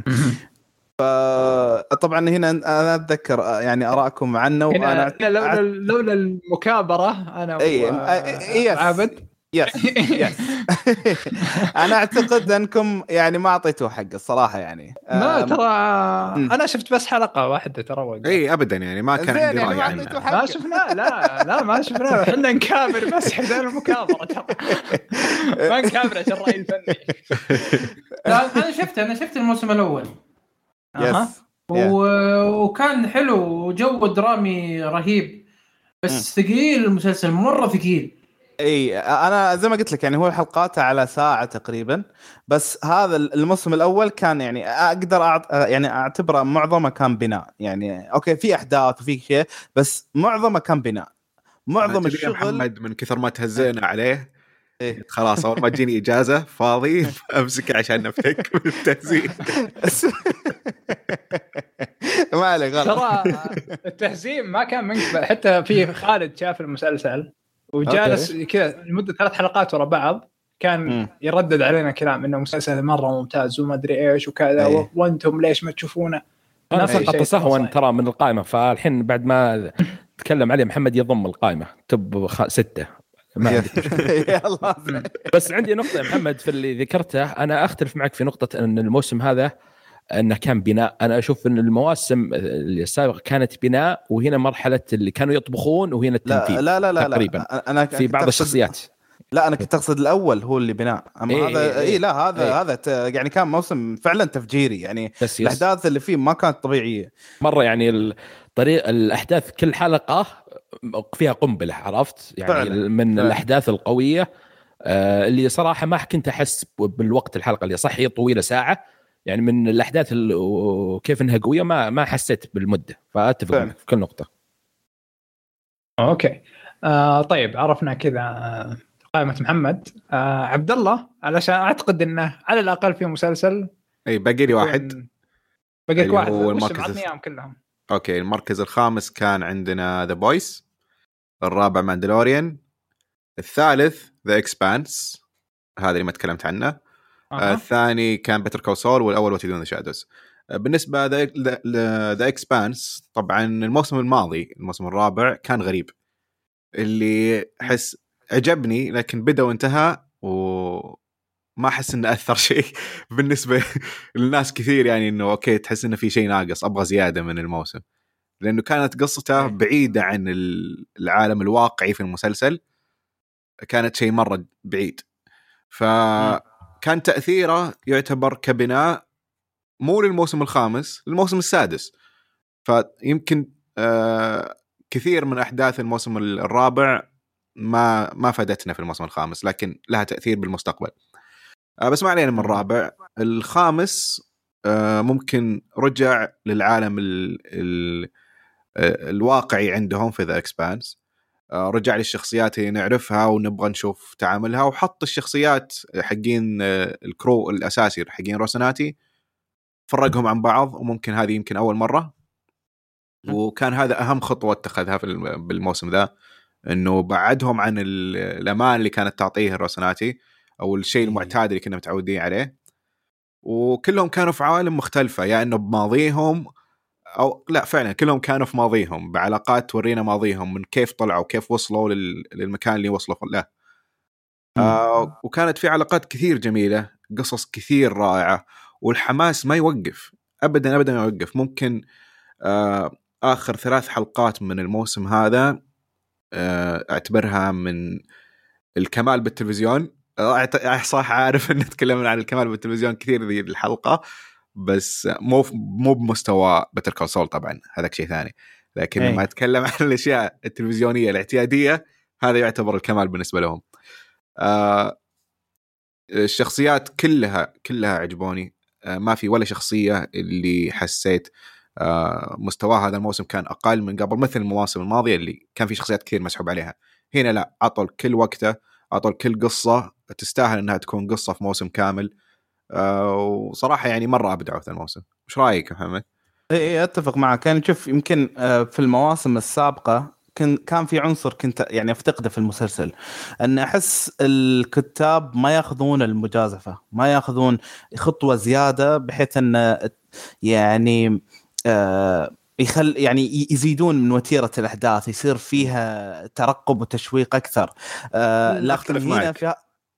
فطبعا هنا انا اتذكر يعني ارائكم عنه، وانا
لولا لولا المكابره انا وعابد
يس يس انا اعتقد انكم يعني ما اعطيتوه حق الصراحه يعني.
ما ترى انا شفت بس حلقه واحده ترى.
اي ابدا يعني ما كان عندي راي
يعني ما شفناه. لا لا ما شفناه، احنا نكابر بس حزين المكابره ترى ما نكابر عشان الراي الفني.
لا انا شفت انا شفت الموسم الاول
يس
وكان حلو وجو درامي رهيب، بس ثقيل المسلسل مره ثقيل.
اي انا زي ما قلت لك يعني هو حلقاته على ساعه تقريبا، بس هذا الموسم الاول كان يعني اقدر أعط... يعني اعتبره معظمه كان بناء. يعني اوكي في احداث وفي شيء، بس معظمه كان بناء. معظم الشغل
محمد من كثر ما تهزينا عليه
إيه؟
خلاص اول ما تجيني اجازه فاضي امسك عشان نفتك من التهزيء.
ما عليك غلط.
ترى التهزيم ما كان منك. حتى في خالد شاف المسلسل وجالس كذا لمده ثلاث حلقات ورا بعض كان م. يردد علينا كلام انه مسلسل مره ممتاز وما ادري ايش وكذا. أيه. وانتم ليش ما تشوفونه؟
انا سقط سهوا ترى من القائمه، فالحين بعد ما تكلم عليه محمد يضم القائمه تب ستة. ما عندي بس عندي نقطه يا محمد في اللي ذكرته. انا اختلف معك في نقطه ان الموسم هذا انه كان بناء. انا اشوف ان المواسم السابقه كانت بناء، وهنا مرحله اللي كانوا يطبخون وهنا التنفيذ.
لا لا لا
تقريبا
لا أنا
في بعض الشخصيات.
لا انا كنت اقصد الاول هو اللي بناء. اما إيه هذا اي إيه لا هذا إيه هذا يعني كان موسم فعلا تفجيري. يعني الاحداث اللي فيه ما كانت طبيعيه مره.
يعني الطريق الاحداث كل حلقه فيها قنبله، عرفت يعني فعلا. من فعلا. الاحداث القويه آه اللي صراحه ما كنت احس بالوقت الحلقه اللي صح هي طويله ساعه، يعني من الاحداث وكيف انها قويه ما ما حسيت بالمده. فاتفق معك في كل نقطه.
اوكي آه طيب عرفنا كذا آه قائمه محمد. آه عبد الله علشان اعتقد انه على الاقل في مسلسل
اي باقي لي واحد
باقي لك واحد هو المركز كلهم.
اوكي المركز الخامس كان عندنا ذا بويس، الرابع ماندلوريان، الثالث ذا اكسبانس هذا اللي ما تكلمت عنه، أه. الثاني كان بيتر كول سول، والاول وات يو دون ذا شادوز. بالنسبه ذا اكسبانس طبعا الموسم الماضي الموسم الرابع كان غريب، اللي حس عجبني لكن بدا وانتهى وما احس انه اثر شيء بالنسبه للناس كثير، يعني انه اوكي تحس انه في شيء ناقص، ابغى زياده من الموسم، لانه كانت قصته بعيده عن العالم الواقعي في المسلسل، كانت شيء مره بعيد، فكان تاثيره يعتبر كبناء مو للموسم الخامس، للموسم السادس. فيمكن آه كثير من أحداث الموسم الرابع ما ما فادتنا في الموسم الخامس، لكن لها تأثير بالمستقبل. آه بس ما علينا من الرابع. الخامس آه ممكن رجع للعالم ال ال الواقعي عندهم في ذا إكسبانس، آه رجع للشخصيات اللي نعرفها ونبغى نشوف تعاملها، وحط الشخصيات حقين آه الكرو الأساسي حقين روسناتي، فرقهم عن بعض، وممكن هذه يمكن أول مرة، وكان هذا أهم خطوة اتخذها في بالموسم ذا، إنه بعدهم عن الأمان اللي كانت تعطيه الروسناتي أو الشيء المعتاد اللي كنا متعودين عليه، وكلهم كانوا في عوالم مختلفة، يا يعني إنه بماضيهم أو لا فعلا كلهم كانوا في ماضيهم بعلاقات تورينا ماضيهم من كيف طلعوا وكيف وصلوا للمكان اللي وصلوا له. آه وكانت في علاقات كثير جميلة، قصص كثير رائعة، والحماس ما يوقف أبدا أبدا ما يوقف. ممكن آه آخر ثلاث حلقات من الموسم هذا آه أعتبرها من الكمال بالتلفزيون. آه صح عارف أن نتكلم عن الكمال بالتلفزيون كثير ذي الحلقة، بس مو مو بمستوى بيتر كول سول طبعا، هذاك شيء ثاني، لكن لما أتكلم عن الأشياء التلفزيونية الاعتيادية هذا يعتبر الكمال بالنسبة لهم. آه الشخصيات كلها كلها عجبوني، آه ما في ولا شخصية اللي حسيت آه مستوى هذا الموسم كان أقل من قبل، مثل المواسم الماضية اللي كان في شخصيات كثير مسحوب عليها. هنا لا، عطوا كل وقته، عطوا كل قصة تستاهل أنها تكون قصة في موسم كامل. آه وصراحة يعني مرة أبدعوا في الموسم. إيش رأيك محمد؟
إيه أتفق معك. كان شوف يمكن في المواسم السابقة كان في عنصر كنت يعني افتقده في المسلسل، ان احس الكتاب ما ياخذون المجازفه، ما ياخذون خطوه زياده بحيث ان يعني آه يخل يعني يزيدون من وتيره الاحداث، يصير فيها ترقب وتشويق اكثر. آه لكن هنا في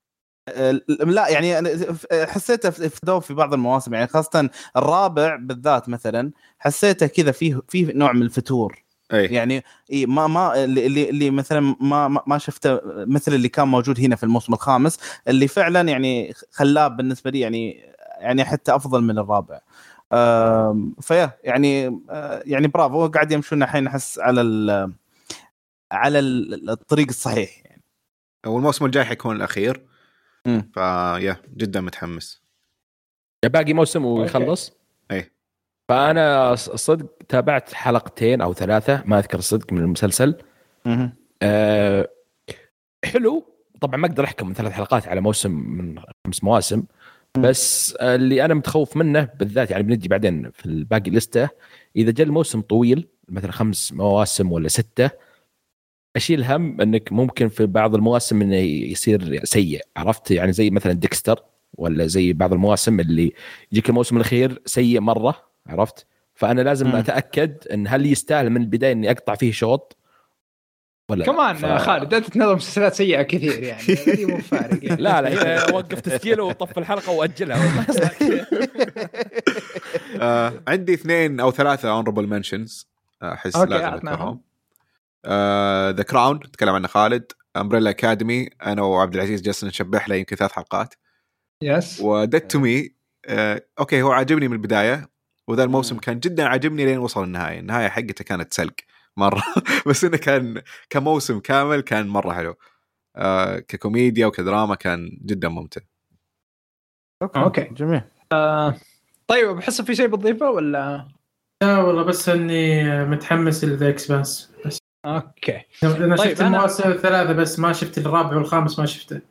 لا يعني انا حسيته في في بعض المواسم، يعني خاصه الرابع بالذات مثلا حسيته كذا فيه فيه نوع من الفتور. أي. يعني ما ما اللي اللي مثلا ما ما شفته مثل اللي كان موجود هنا في الموسم الخامس، اللي فعلا يعني خلاه بالنسبه لي يعني يعني حتى افضل من الرابع. فيا يعني يعني برافو، قاعد يمشون الحين احس على ال على الطريق الصحيح يعني.
والموسم الجاي حيكون الاخير، فيا جدا متحمس.
يا باقي موسم ويخلص.
اي
فأنا صدق تابعت حلقتين أو ثلاثة ما أذكر الصدق من المسلسل. أه حلو طبعا، ما أقدر أحكم من ثلاث حلقات على موسم من خمس مواسم، بس اللي أنا متخوف منه بالذات يعني بنجي بعدين في الباقي لسته، إذا جاء الموسم طويل مثلا خمس مواسم ولا ستة، أشيل هم أنك ممكن في بعض المواسم إنه يصير سيء، عرفت يعني زي مثلا ديكستر، ولا زي بعض المواسم اللي يجيك الموسم الأخير سيء مرة، عرفت؟ فأنا لازم م. أتأكد أن هل يستاهل من البداية إني أقطع فيه شوط ولا
كمان. ف... خالد أنت تنظم مسلسلات سيئة كثير يعني هذه مو فارق يعني.
لا لا هنا وقف تسجيله وطف الحلقة وأجلها.
آه، عندي اثنين أو ثلاثة honorable mentions أحس لازم أذكرهم. ذا كراون تكلم عنه خالد، أمبريلا أكاديمي أنا وعبد العزيز جالسين نشبح له يمكن ثلاث حلقات.
يس.
وديد تو مي أوكي هو عجبني من البداية، وذا الموسم كان جدا عجبني لين وصل النهاية. النهاية حقته كانت سلق مرة بس إنه كان كموسم كامل كان مرة حلو. آه ككوميديا وكدراما كان جدا ممتع.
أوكي, أوكي.
جميل.
آه طيب بحس في شيء بتضيفه ولا؟
لا والله بس إني متحمس لذا إكسبانس بس.
أوكي.
أنا
طيب
شفت
أنا...
المواسم الثلاثة بس ما شفت الرابع والخامس ما شفته.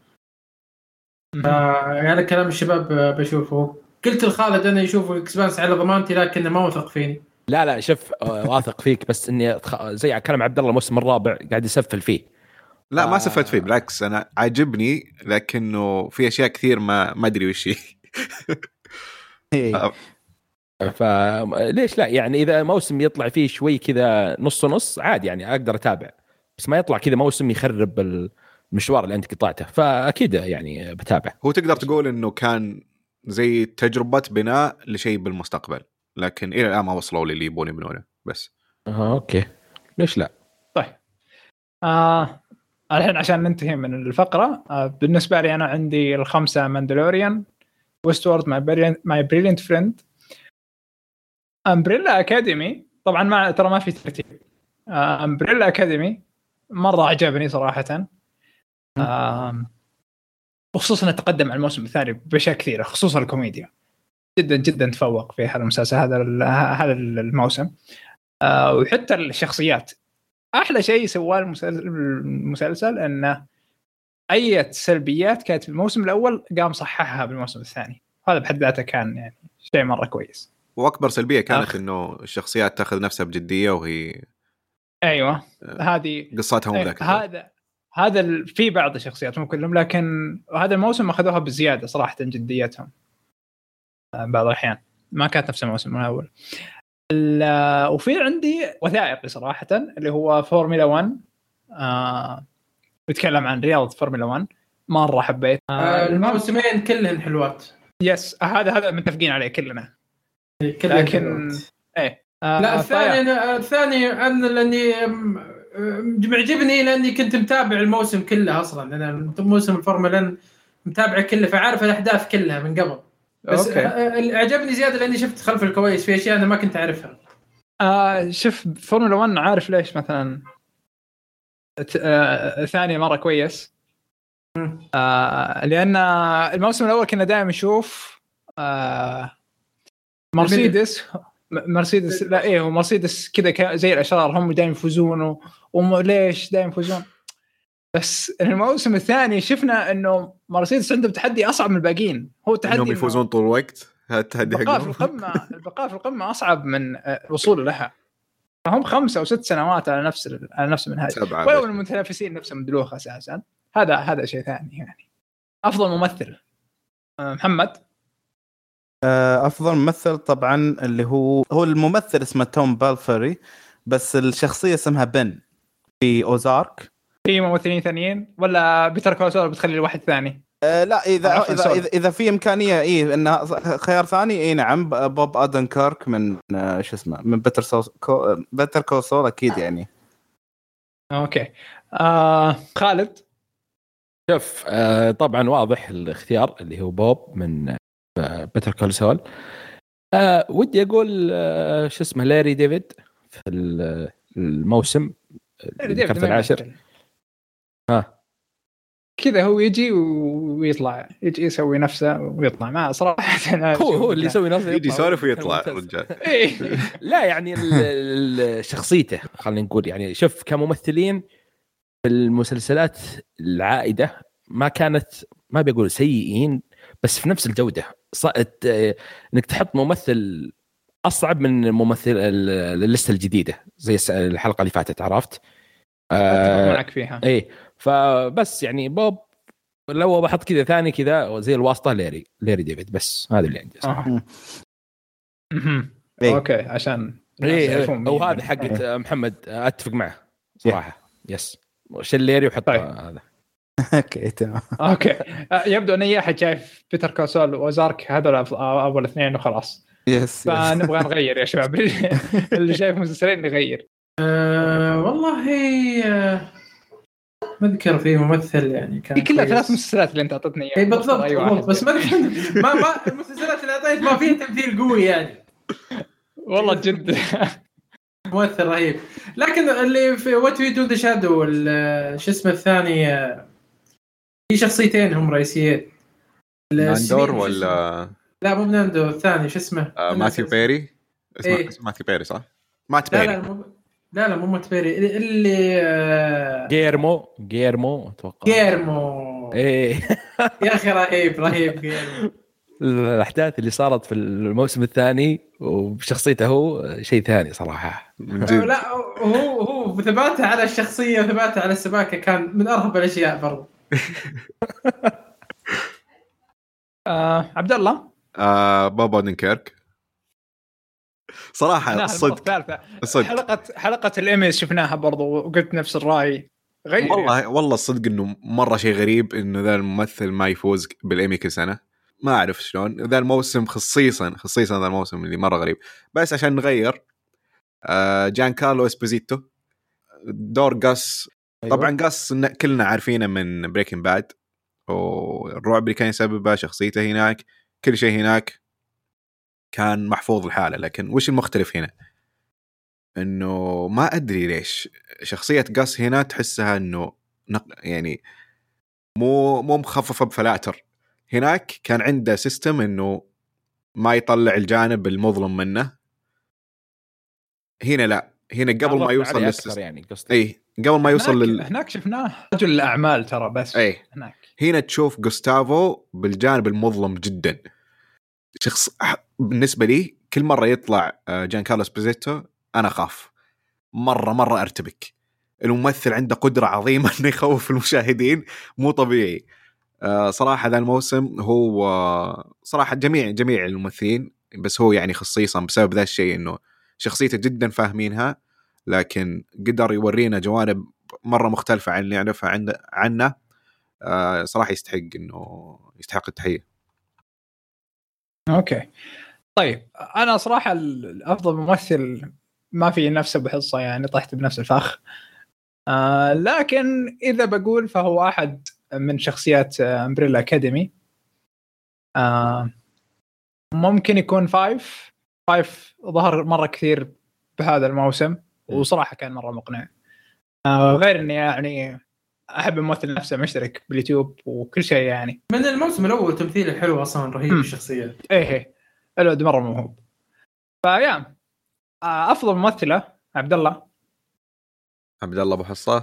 يعني كلام الشباب بشوفه. قلت لخالد أنا يشوف الإكسبانس على ضمانتي لكنه ما وثق فيني.
لا لا شوف واثق فيك، بس إني زي كلام عبد الله الموسم الرابع قاعد يسفل فيه.
لا ما سفلت فيه بالعكس، أنا عجبني لكنه في أشياء كثير ما ما أدري وش هي.
فليش لا يعني اذا موسم يطلع فيه شوي كذا نص نص عادي يعني اقدر اتابع، بس ما يطلع كذا موسم يخرب المشوار اللي انت قطعته، فاكيد يعني بتابع.
هو تقدر تقول انه كان زي تجربة بناء لشيء بالمستقبل، لكن الى الان ما وصلوا للي يبون يبنونه بس.
اه اوكي ليش لا.
طيب آه الحين عشان ننتهي من الفقرة، آه بالنسبة لي أنا عندي الخمسة: ماندلوريان، ويستورد، ماي بريليانت فريند، أمبريلا أكاديمي. طبعا ما ترى ما في ترتيب. آه أمبريلا أكاديمي مرة عجبني صراحة، آه وخصوصا تقدم على الموسم الثاني بأشياء كثيرة، خصوصا الكوميديا جدا جدا تفوق في هذا المسلسل، هذا هذا الموسم. آه وحتى الشخصيات. أحلى شيء سواه المسلسل أنه أي سلبيات كانت في الموسم الأول قام صححها بالموسم الثاني، هذا بحد ذاته كان يعني شيء مرة كويس.
واكبر سلبيه كانت
أخ.
انه الشخصيات تاخذ نفسها بجديه، وهي
ايوه هذه
قصتها مو ذاك.
هذا هذا ال... في بعض الشخصيات مو كلهم، لكن هذا الموسم اخذوها بزياده صراحه جديتهم بعض الاحيان، ما كانت نفس الموسم الاول. ال... وفي عندي وثائقي صراحه اللي هو فورمولا واحد، آه... بيتكلم عن رياضه فورمولا واحد، مره حبيت.
آه الموسمين كلهن حلوات.
يس هذا هذا متفقين عليه كلنا، لكن ايه
آه لا الثاني أنا الثاني أنا لأني معجبني لأني كنت متابع الموسم كله أصلاً، أنا موسم الفورمولا متابع كله فعارف الأحداث كلها من قبل، بس أوكي. عجبني زيادة لأني شفت خلف الكواليس في أشياء أنا ما كنت أعرفها.
آه شوف فورمولا واحد عارف ليش مثلاً آه ثاني مرة كويس، آه لأن الموسم الأول كنا دائما نشوف آه مرسيدس مرسيدس لا ايه ومرسيدس كذا زي الاشرار، هم دائما يفوزون وليش دائما يفوزون. بس الموسم الثاني شفنا انه مرسيدس عندهم تحدي اصعب من الباقيين، هو تحدي
انهم يفوزون طول الوقت.
التحدي البقاء في القمه البقاء في القمه اصعب من الوصول لها. فهم خمسة او ست سنوات على نفس على نفس المنهج، ولو المتنافسين نفسهم مدلوخ اساسا. هذا هذا شيء ثاني. يعني افضل ممثل محمد.
افضل ممثل طبعا اللي هو هو الممثل اسمه توم بالفري، بس الشخصيه اسمها بن في اوزارك.
في ممثلين ثانيين ولا بيتر كول سول بتخلي الواحد ثاني؟
أه لا اذا اذا, إذا اذا في امكانيه ايه انه خيار ثاني اي نعم بوب ادن كيرك من آه شو اسمه من بيتر سول كو بيتر كول سول اكيد يعني.
اوكي آه خالد.
شوف آه طبعا واضح الاختيار اللي هو بوب من بيتر كول سول. آه ودي اقول آه شو اسمه لاري ديفيد في الموسم العاشر. ها
كذا هو يجي ويطلع يجي يسوي نفسه ويطلع ما صراحه
هو هو اللي يسوي نفسه
يجي يسولف ويطلع رجال.
لا يعني شخصيته خلينا نقول يعني شوف كممثلين في المسلسلات العائده ما كانت ما بيقول سيئين بس في نفس الجوده. صارت انك تحط ممثل اصعب من ممثل الليسته الجديده زي الحلقه اللي فاتت عرفت.
اتفق معك فيها.
ايه فبس يعني بوب لو بحط كذا ثاني كذا زي الواسطه ليري ليري ديفيد بس هذا اللي عندي.
آه. إيه. اوكي عشان
ايه وهذا حق محمد اتفق معه صراحه. يس شيل ليري وحط
طيب.
هذا.
اوكي تمام.
اوكي يبدو ان اي احد شايف بيتر كوسول وزارك هذول اول اثنين وخلاص.
يس
فنبغى نغير يا شباب. اللي شايف مسلسلين نغير.
أه والله أه ما اذكر في ممثل يعني كان
كلها ثلاث مسلسلات اللي انت اعطتني اياها.
اي بالضبط أيوة بس ما ما ما المسلسلات اللي اعطيت ما فيها تمثيل قوي يعني
والله جد
ممثل رهيب. لكن اللي في وات وي دو ذا شادو شو اسمه الثاني في شخصيتين هم رئيسيين.
ناندور ولا
لا مو ناندور الثاني شو اسمه
آه ماثيو بيري. اسمه إيه؟ اسمه ماثيو بيري صح؟ مات بيري.
لا لا مو لا لا مو مات بيري اللي آه...
جيرمو جيرمو اتوقع
جيرمو
ايه
يا اخي رهيب رهيب جيرمو.
الاحداث اللي صارت في الموسم الثاني وبشخصيته هو شيء ثاني صراحه.
لا هو هو ثباته على الشخصيه وثباته على السباكه كان من ارهب الاشياء برضه.
آه عبد الله.
آه بوب أودنكيرك صراحه الصدق الصدق
حلقه حلقه الإيمي شفناها برضو وقلت نفس الراي. غير
والله
يعني.
والله الصدق انه مره شيء غريب انه ذا الممثل ما يفوز بالإيمي كل سنه. ما اعرف شلون ذا الموسم خصيصا خصيصا ذا الموسم اللي مره غريب. بس عشان نغير جان كارلو اسبوزيتو دور غاس.
أيوة.
طبعا غاس كلنا عارفينه من بريكنج باد والرعب اللي كان يسببه شخصيته هناك كل شيء هناك كان محفوظ الحالة. لكن وش المختلف هنا انه ما ادري ليش شخصية غاس هنا تحسها انه يعني مو مو مخففة بفلاتر. هناك كان عنده سيستم انه ما يطلع الجانب المظلم منه. هنا لا هنا قبل ما يوصل للسيستم
يعني
اي قبل ما يوصل
هناك,
لل...
هناك شفناه رجل الأعمال ترى بس
اي
هناك.
هنا تشوف غوستافو بالجانب المظلم جدا. شخص بالنسبة لي كل مرة يطلع جان كارلوس بيزيتو أنا خاف مرة مرة أرتبك. الممثل عنده قدرة عظيمة إنه يخوف المشاهدين مو طبيعي صراحة. ذا الموسم هو صراحة جميع جميع الممثلين بس هو يعني خصيصا بسبب ذا الشيء إنه شخصيته جدا فاهمينها لكن قدر يورينا جوانب مرة مختلفة عن اللي نعرفها عنده عنه. صراحة يستحق إنه يستحق التحية.
اوكي طيب انا صراحه الافضل ممثل ما في نفسه بحصه يعني طحت بنفس الفخ. آه لكن اذا بقول فهو احد من شخصيات امبريلا اكاديمي. آه ممكن يكون فايف فايف ظهر مره كثير بهذا الموسم وصراحه كان مره مقنع. آه غير اني يعني احب الممثل نفسه مشترك باليوتيوب وكل شيء يعني
من الموسم الاول تمثيله حلو اصلا رهيب الشخصيات.
ايه ايه الواد مره موهوب. فيا افضل ممثله عبد الله
عبد الله ابو حصه.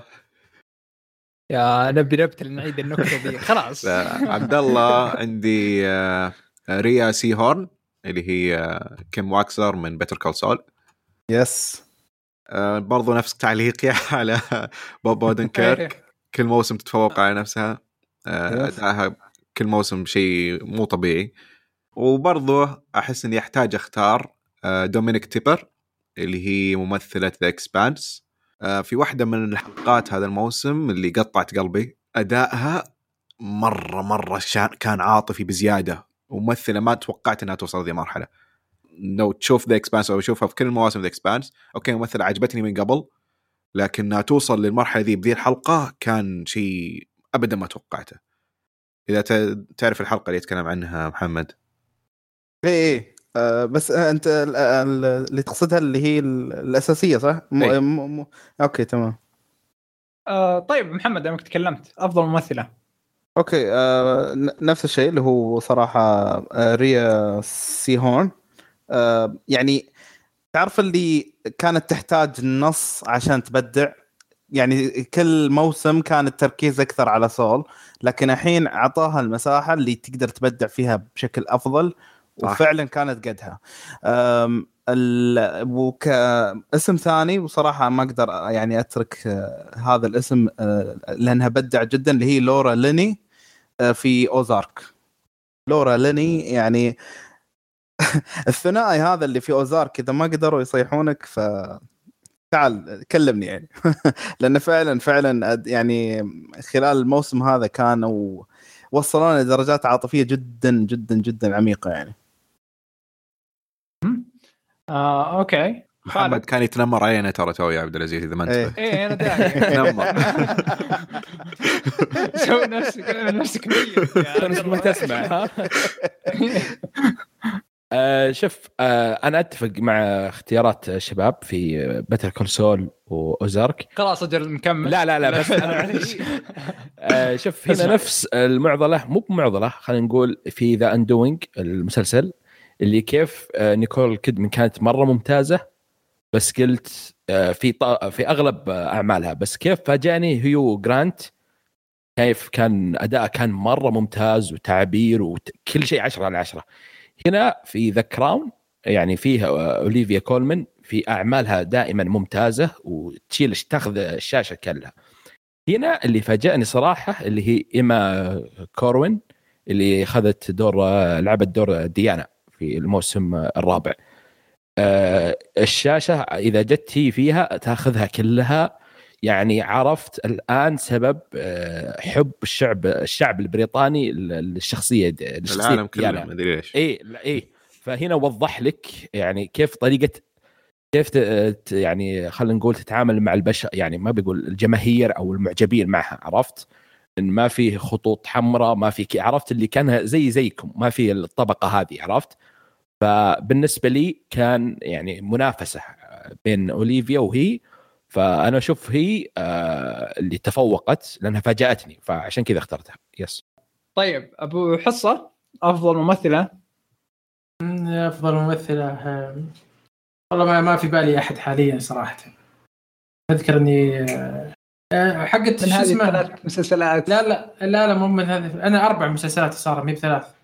يا نبي نبتل نعيد النكته دي خلاص.
عبد الله عندي ريا سي هورن اللي هي كيم واكسر من بيتر كول سول.
يس
برضو نفس تعليقي على بوب اودنكيرك كل موسم تتفوق على نفسها. أداها كل موسم شيء مو طبيعي. وبرضو أحس إني أحتاج أختار دومينيك تيبر اللي هي ممثلة ذا إكسبانس. في واحدة من الحلقات هذا الموسم اللي قطعت قلبي. أدائها مرة مرة كان عاطفي بزيادة وممثلة ما توقعت أنها توصل ذي مرحلة. لو تشوف ذا إكسبانس أو تشوفها في كل المواسم ذا إكسبانس أوكي ممثلة عجبتني من قبل لكنها توصل للمرحلة ذي بذي الحلقة كان شيء أبدا ما توقعته. إذا تعرف الحلقة اللي يتكلم عنها محمد.
ايه ايه آه بس انت اللي تقصدها اللي هي الاساسيه صح؟ م... م... م... اوكي تمام.
آه طيب محمد انك تكلمت افضل ممثله.
اوكي آه نفس الشيء اللي هو صراحه آه ريا سي هورن. آه يعني تعرف اللي كانت تحتاج النص عشان تبدع. يعني كل موسم كان التركيز أكثر على سول لكن الحين عطاها المساحة اللي تقدر تبدع فيها بشكل أفضل وفعلا كانت قدها. وكاسم ثاني وصراحة ما أقدر يعني أترك هذا الاسم لأنها بدع جدا اللي هي لورا ليني في أوزارك. لورا ليني يعني الثنائي هذا اللي في أوزارك إذا ما قدروا يصيحونك ف تعال كلمني يعني. لأن فعلا فعلا يعني خلال الموسم هذا كانوا وصلونا لدرجات عاطفية جدا جدا جدا عميقة يعني.
آه، أوكي.
محمد كان يتنمر علينا ترى تو يا عبد العزيز إذا ما انتبه.
إيه, إيه أنا داعي.
تنمر.
سوي نفسك نفسك ميت.
ما تسمع ها. آه شوف آه أنا أتفق مع اختيارات الشباب في باتر كول سول وأوزارك.
خلاص أجل نكمل.
لا لا لا بس أنا آه شوف هنا نفس المعضلة مو بمعضلة خلينا نقول في ذا أندوينج المسلسل اللي كيف آه نيكول كيدمان كانت مرة ممتازة بس قلت آه في ط... في أغلب آه أعمالها بس كيف فاجأني هيو جرانت كيف كان أداء كان مرة ممتاز وتعبير وكل شيء عشرة على عشرة. هنا في ذا كراون يعني فيها أوليفيا كولمان في أعمالها دائما ممتازة وتشيل تاخذ الشاشة كلها. هنا اللي فاجأني صراحة اللي هي إيما كوروين اللي أخذت دور لعبت دور ديانا في الموسم الرابع. آه الشاشه اذا جت هي فيها تاخذها كلها. يعني عرفت الان سبب آه حب الشعب الشعب البريطاني للشخصيه
العالم كله ما ادري ليش.
اي اي فهنا وضح لك يعني كيف طريقه كيف ت... يعني خلينا نقول تتعامل مع البشر، يعني ما بيقول الجماهير او المعجبين معها. عرفت ان ما فيه خطوط حمراء، ما في عرفت اللي كان زي زيكم، ما في الطبقه هذه. عرفت؟ فبالنسبه لي كان يعني منافسه بين اوليفيا وهي، فانا اشوف هي آه اللي تفوقت لانها فاجاتني، فعشان كذا اخترتها. يس.
طيب ابو حصه افضل ممثله.
افضل ممثله والله ما ما في بالي احد حاليا صراحه. اذكر اني حقت
من
شو
هذه
اسمه
الثلاث مسلسلات.
لا لا لا لا مو من هذه، انا اربع مسلسلات صار مي بثلاث.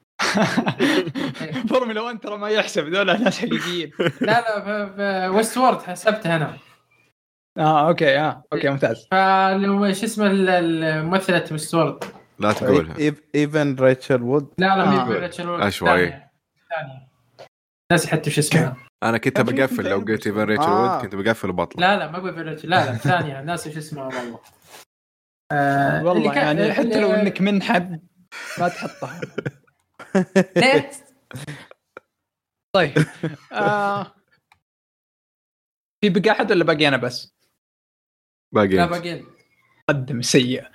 فورمولا واحد ترى ما يحسب، دول ناس حقيقيين.
لا لا ويست وورد حسبتها انا.
اه اوكي اه اوكي ممتاز.
فلو شو اسمه الممثله ويست وورد
لا تقولها.
ايفن ريتشل وود.
لا لا
آه.
مي ريتشل وود
اشوي
ثانيه ناس حتى شو اسمها.
انا كنت بقفل لو قلت ايفن ريتشل وود
آه.
كنت بقفل وبطل.
لا لا ما اقول ريتشل، لا لا ثانيه ناس شو اسمها والله.
آه والله يعني حتى لو انك من حد ما تحطها.
ليه؟
طيب آه في بقى احد ولا باقي انا بس؟
باقي
لا باقي.
قدم سيء.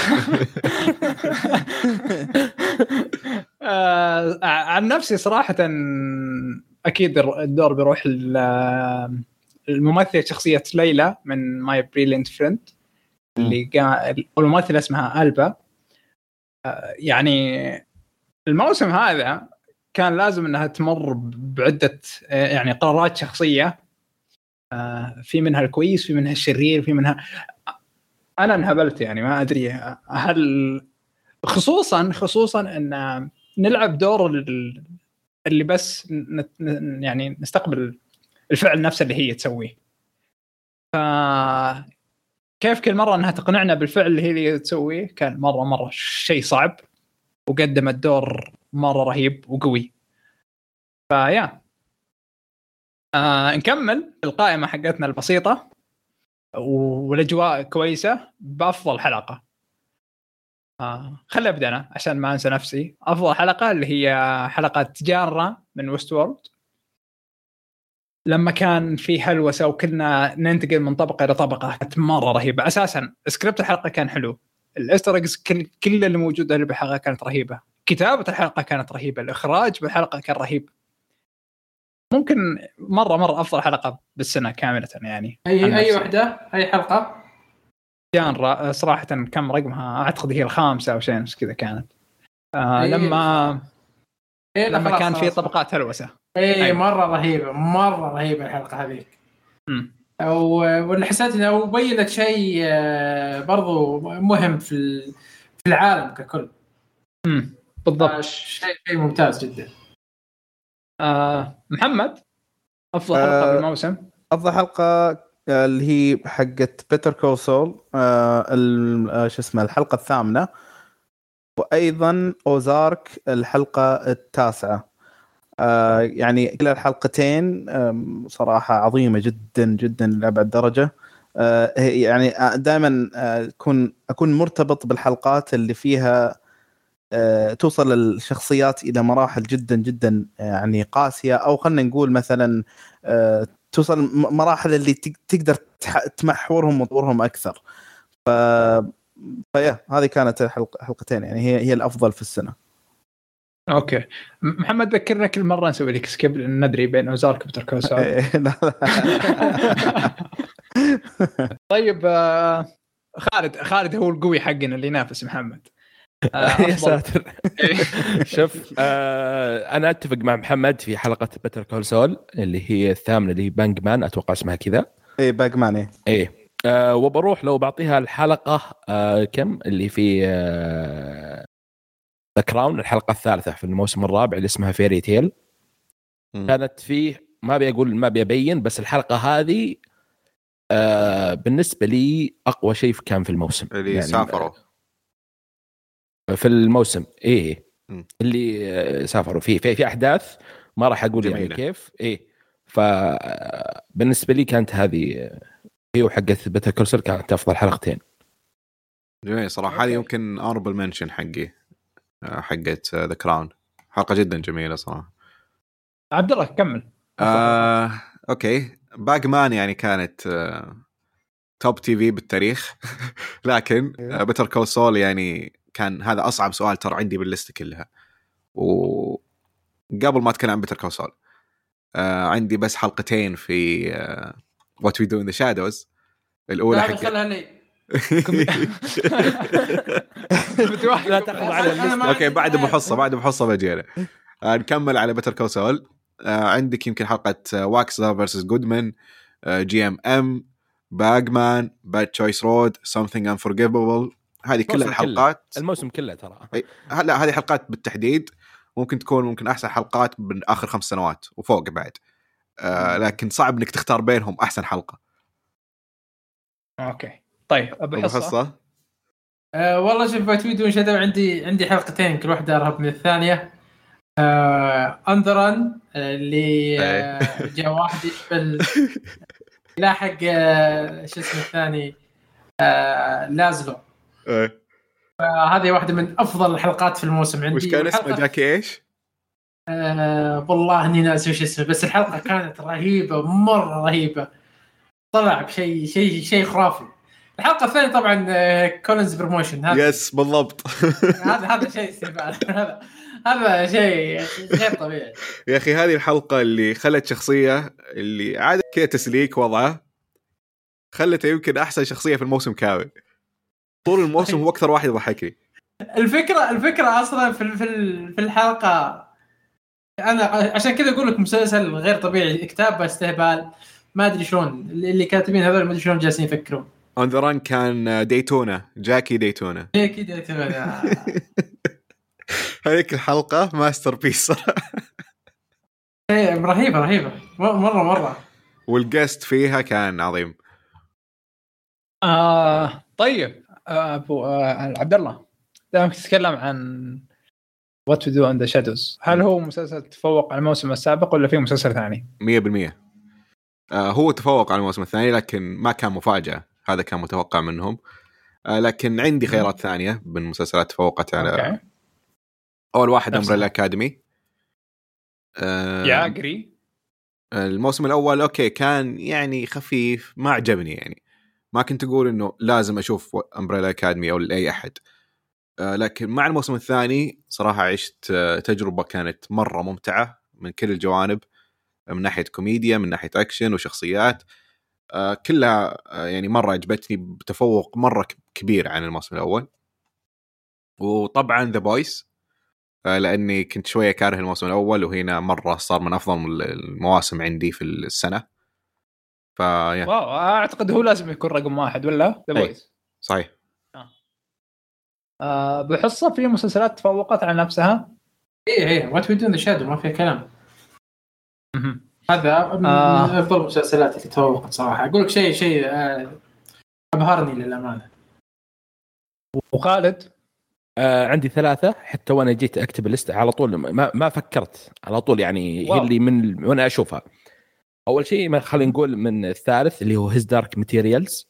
آه عن نفسي صراحة أكيد الدور بيروح الممثلة شخصية ليلى من ماي بريليانت فريند اللي قا... الممثلة اسمها ألبا. آه يعني الموسم هذا كان لازم أنها تمر بعدة يعني قرارات شخصية، آه في منها الكويس في منها الشرير في منها. أنا انهبلت يعني ما أدري هل خصوصا خصوصا ان نلعب دور اللي بس يعني نستقبل الفعل نفسه اللي هي تسويه. ف كيف كل مره انها تقنعنا بالفعل اللي هي اللي تسويه كان مره مره شيء صعب، وقدمت دور مره رهيب وقوي. فيا آه نكمل القائمه حقتنا البسيطه والاجواء كويسه بافضل حلقه. آه. خلي أبدأ أنا عشان ما أنسى نفسي. أفضل حلقة اللي هي حلقة جارة من ويست وورد، لما كان في هلوسة وكلنا ننتقل من طبقة إلى طبقة، كانت مرة رهيبة. أساساً سكريبت الحلقة كان حلو، الإسترجز كل كل اللي موجودة اللي بالحلقة كانت رهيبة، كتابة الحلقة كانت رهيبة، الإخراج بالحلقة كان رهيب. ممكن مرة مرة أفضل حلقة بالسنة كاملة يعني.
أي أي واحدة أي حلقة
جانرا صراحة كم رقمها؟ أعتقد هي الخامسة أو شيء كذا كانت. آه
أيه
لما
إيه
لما كان في طبقات هلوسة.
اي أيه. مرة رهيبة مرة رهيبة الحلقة هذيك. أو واللي حسيت إنه بينت شيء برضو مهم في في العالم ككل.
امم بالضبط.
آه شيء شيء ممتاز جدا.
آه محمد أفضل حلقة آه بالموسم.
أفضل حلقة اللي هي حقت بيتر كول سول، آه شو اسمه الحلقة الثامنة، وأيضا أوزارك الحلقة التاسعة. آه يعني كلا الحلقتين صراحة عظيمة جدا جدا لأبعد درجة. آه يعني دائما أكون أكون مرتبط بالحلقات اللي فيها آه توصل الشخصيات إلى مراحل جدا جدا يعني قاسية، أو خلنا نقول مثلا آه توصل مراحل اللي تقدر تمحورهم وتطورهم أكثر. ف فيا هذه كانت الحلقة حلقتين يعني هي هي الأفضل في السنة.
اوكي محمد ذكرنا كل مره نسوي لك سكيب ندري بين اوزارك وبيتر كول سول. طيب خالد خالد هو القوي حقنا اللي ينافس محمد.
يا ساتر. شوف آه انا اتفق مع محمد في حلقه بيتر كول سول اللي هي الثامنه اللي بانج مان، اتوقع اسمها كذا.
ايه بانج مان. ايه
ايه آه وبروح لو بعطيها الحلقه آه كم اللي في آه ذا كراون، الحلقه الثالثه في الموسم الرابع اللي اسمها فيري تيل. م. كانت فيه ما بيقول ما بيبين، بس الحلقه هذه آه بالنسبه لي اقوى شيء كان في الموسم
اللي
يعني
سافروا
في الموسم. ايه
م.
اللي سافروا فيه في, في احداث ما راح اقول يعني كيف. ايه فبالنسبه لي كانت هذه هي وحقت بيتر كورسل كانت افضل حلقتين.
جميل صراحه. هذه يمكن honorable mention حقي حقت ذا كراون، حلقه جدا جميله صراحه.
عبد الله كمل.
آه، اوكي باج مان يعني كانت آه، توب تي في بالتاريخ لكن آه، بيتر كول سول يعني كان هذا اصعب سؤال ترى عندي بالليست كلها. وقبل ما اتكلم عن بيتر كول سول آه، عندي بس حلقتين في آه، What We Do in the Shadows. الاولى حق
لا تاخذ على
اوكي بعد بحصه بعد بحصه بجي انا. آه، نكمل على بيتر كول سول. آه، عندك يمكن حلقه واكسلر فيرسس جودمان، جي ام ام، باجمان، باد تشويس رود، something unforgivable. هذه كل الحلقات
كله. الموسم كله ترى.
لا هذه حلقات بالتحديد ممكن تكون ممكن احسن حلقات من اخر خمس سنوات وفوق بعد. آه، لكن صعب انك تختار بينهم احسن حلقه.
اوكي طيب ابو حصه, حصة.
أه والله شوف بتويدون شدوا عندي عندي حلقتين كل واحده ارهب من الثانيه. آه اندران اللي آه جاء واحد يشبل لا حق آه شو اسمه الثاني آه لازلو.
ايه
هذه واحده من افضل الحلقات في الموسم عندي.
وش كان اسمه جاكي ايش؟
آه والله اني ناسي وش اسمه بس الحلقه كانت رهيبه مره رهيبه. طلع بشيء شيء شيء خرافي. الحلقه الثانيه طبعا كولينز بروموشن هذا
يس بالضبط.
هذا هذا شيء استهبال. هذا هذا شيء غير طبيعي
يا اخي. هذه الحلقه اللي خلت شخصيه اللي عاده كذا تسليك وضعه خلته يمكن احسن شخصيه في الموسم كامل. طول الموسم هو اكثر واحد يضحكني.
الفكره الفكره اصلا في في في الحلقه انا عشان كذا اقول لك مسلسل غير طبيعي. كتاب استهبال ما ادري شلون اللي كاتبين هذول ما ادري شلون جالسين يفكروا.
اون ذا ران كان ديتونا جاكي ديتونا
جاكي ديتونا.
هذيك الحلقه ماستر بيس
ايه رهيبه رهيبه مره مره.
والجست فيها كان عظيم.
آه طيب ابو آه عبد الله دامك تتكلم عن What We Do in the Shadows، هل هو مسلسل تفوق على الموسم السابق ولا في مسلسل ثاني؟
مية بالمية آه هو تفوق على الموسم الثاني لكن ما كان مفاجأة. هذا كان متوقع منهم. آه لكن عندي خيارات ثانية من مسلسلات تفوقت على
أوكي.
أول واحد أمبريلا أكاديمي.
آه يا أجري.
الموسم الأول أوكي كان يعني خفيف ما عجبني يعني ما كنت أقول إنه لازم أشوف أمبريلا أكاديمي أو لأي أحد. آه لكن مع الموسم الثاني صراحة عشت آه تجربة كانت مرة ممتعة من كل الجوانب، من ناحية كوميديا من ناحية أكشن وشخصيات آه كلها آه يعني مرة عجبتني بتفوق مرة كبير عن الموسم الأول. وطبعا The Boys آه لأني كنت شوية كاره الموسم الأول وهنا مرة صار من أفضل المواسم عندي في السنة. ف
واو أعتقد هو لازم يكون رقم واحد ولا The Boys.
صحيح.
آه بحصة في مسلسلات تفوقت على نفسها.
إيه إيه What We Do in the Shadows ما فيها كلام. هذا من
آه.
أفضل المسلسلات اللي تفوقت صراحة. أقول لك شيء شيء أبهرني للأمانة.
وخالد
آه عندي ثلاثة حتى وأنا جيت أكتب الليست على طول ما ما فكرت على طول يعني هي اللي من وأنا أشوفها. أول شيء ما خلينا نقول من الثالث اللي هو His Dark Materials.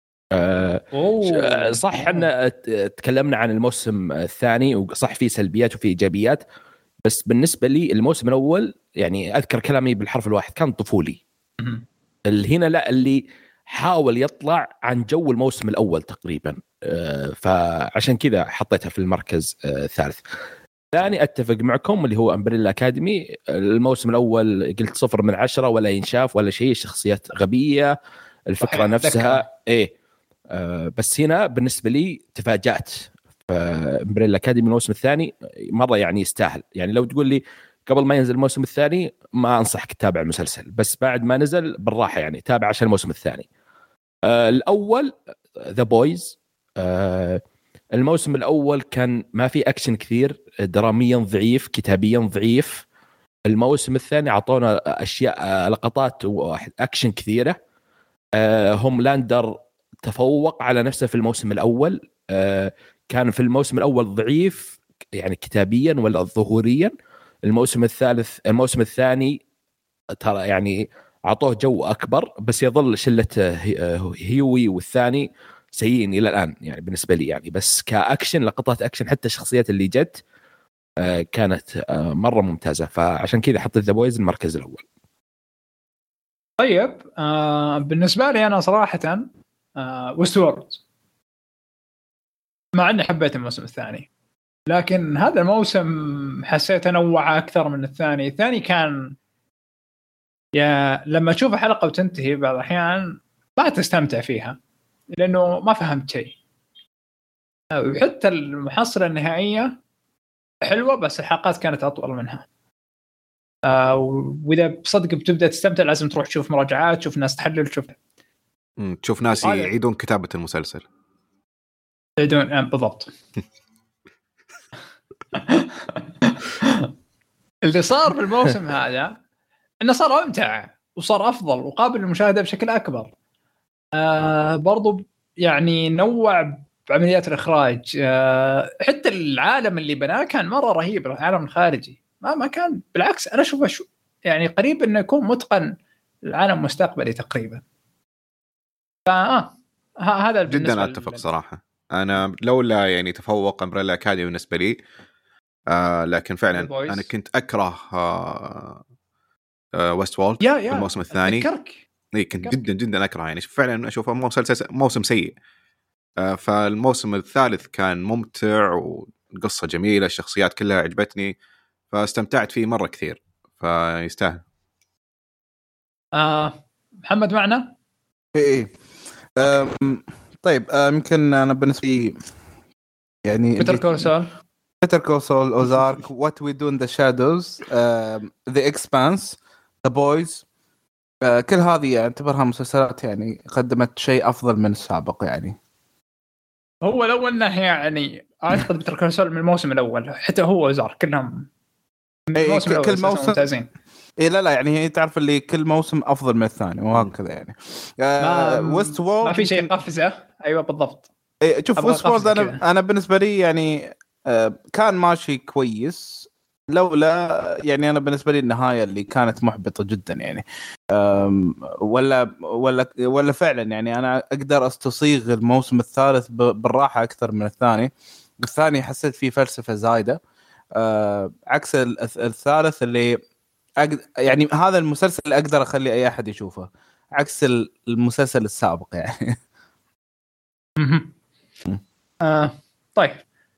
آه صح إحنا تكلمنا عن الموسم الثاني وصح فيه سلبيات وفيه إيجابيات بس بالنسبة لي الموسم الأول يعني أذكر كلامي بالحرف الواحد كان طفولي. اللي هنا لا اللي حاول يطلع عن جو الموسم الأول تقريبا آه فعشان كذا حطيتها في المركز الثالث. آه ثاني أتفق معكم اللي هو أمبريلا أكاديمي. الموسم الأول قلت صفر من عشرة ولا ينشاف ولا شيء. شخصيات غبية الفكرة نفسها إيه آه بس هنا بالنسبة لي تفاجأت. فأمبريلا أكاديمي الموسم الثاني مرة يعني يستاهل. يعني لو تقول لي قبل ما ينزل الموسم الثاني ما أنصحك تتابع المسلسل بس بعد ما نزل بالراحة يعني تابع عشان الموسم الثاني. آه الأول The Boys. آه الموسم الأول كان ما في أكشن كثير دراميا ضعيف كتابيا ضعيف. الموسم الثاني عطونا أشياء آه لقطات وأكشن كثيرة. آه هوملاندر تفوق على نفسه في الموسم الأول. آه كان في الموسم الأول ضعيف يعني كتابيا ولا ظهوريا. الموسم الثالث الموسم الثاني ترى يعني اعطوه جو اكبر، بس يظل شله هيوي والثاني سيئين الى الان يعني بالنسبه لي يعني. بس كاكشن لقطات اكشن حتى الشخصيات اللي جت كانت مره ممتازه، فعشان كذا حطيت ذا بويز المركز الاول.
طيب آه بالنسبه لي انا صراحه آه ويست وورد، مع اني حبيت الموسم الثاني، لكن هذا الموسم حسيت انوع اكثر من الثاني. الثاني كان يا لما تشوف حلقه وتنتهي بعض الاحيان ما تستمتع فيها لانه ما فهمت شيء، وحتى المحصله النهائيه حلوه بس الحلقات كانت اطول منها. آه واذا بصدق بتبدا تستمتع لازم تروح تشوف مراجعات، تشوف ناس تحلل، تشوف
تشوف ناس يعيدون كتابه المسلسل.
يعيدون آه بالضبط. اللي صار في الموسم هذا انه صار امتع وصار افضل وقابل للمشاهده بشكل اكبر. آه برضو يعني نوع بعمليات الاخراج، آه حتى العالم اللي بناه كان مره رهيب. العالم الخارجي ما ما كان، بالعكس انا اشوفه شو يعني قريب انه يكون متقن العالم مستقبلي تقريبا. فاه هذا
جدا اتفق صراحه. انا لولا يعني تفوق امبريلا اكاديمي بالنسبه لي، آه لكن فعلا انا كنت اكره آه آه ويست وورلد في الموسم الثاني. اي كنت كرك. جدا جدا اكره يعني فعلا اشوفه مسلسل موسم سيء. آه فالموسم الثالث كان ممتع والقصه جميله، الشخصيات كلها عجبتني، فاستمتعت فيه مره كثير، فيستاهل.
آه محمد معنا؟
ايه طيب يمكن انا بالنسبه لي يعني
بيتر كول سول
بيتر كول سول اوزارك وات وي دو ان ذا شادوز ذا اكسبانس ذا بويز، كل هذه اعتبرها مسلسلات يعني قدمت شيء افضل من السابق. يعني
هو لو انه يعني اعتقد بيتر كول سول من الموسم الاول حتى هو اوزارك كلهم
الموسم الاول كل موسم ممتازين. إيه لا لا يعني هي تعرف اللي كل موسم أفضل من الثاني وهكذا يعني.
آه ويست وورلد ما في شيء قفزة. أيوة بالضبط.
إيه شوف ويست وورلد أنا كدا. أنا بالنسبة لي يعني آه كان ماشي كويس، لولا يعني أنا بالنسبة لي النهاية اللي كانت محبطة جدا يعني. ولا ولا ولا فعلا يعني أنا أقدر أستصيغ الموسم الثالث بالراحة أكثر من الثاني. الثاني حسيت فيه فلسفة زايدة، آه عكس الثالث اللي أقدر يعني هذا المسلسل اللي أقدر أخلي أي أحد يشوفه عكس المسلسل السابق يعني.
آه طيب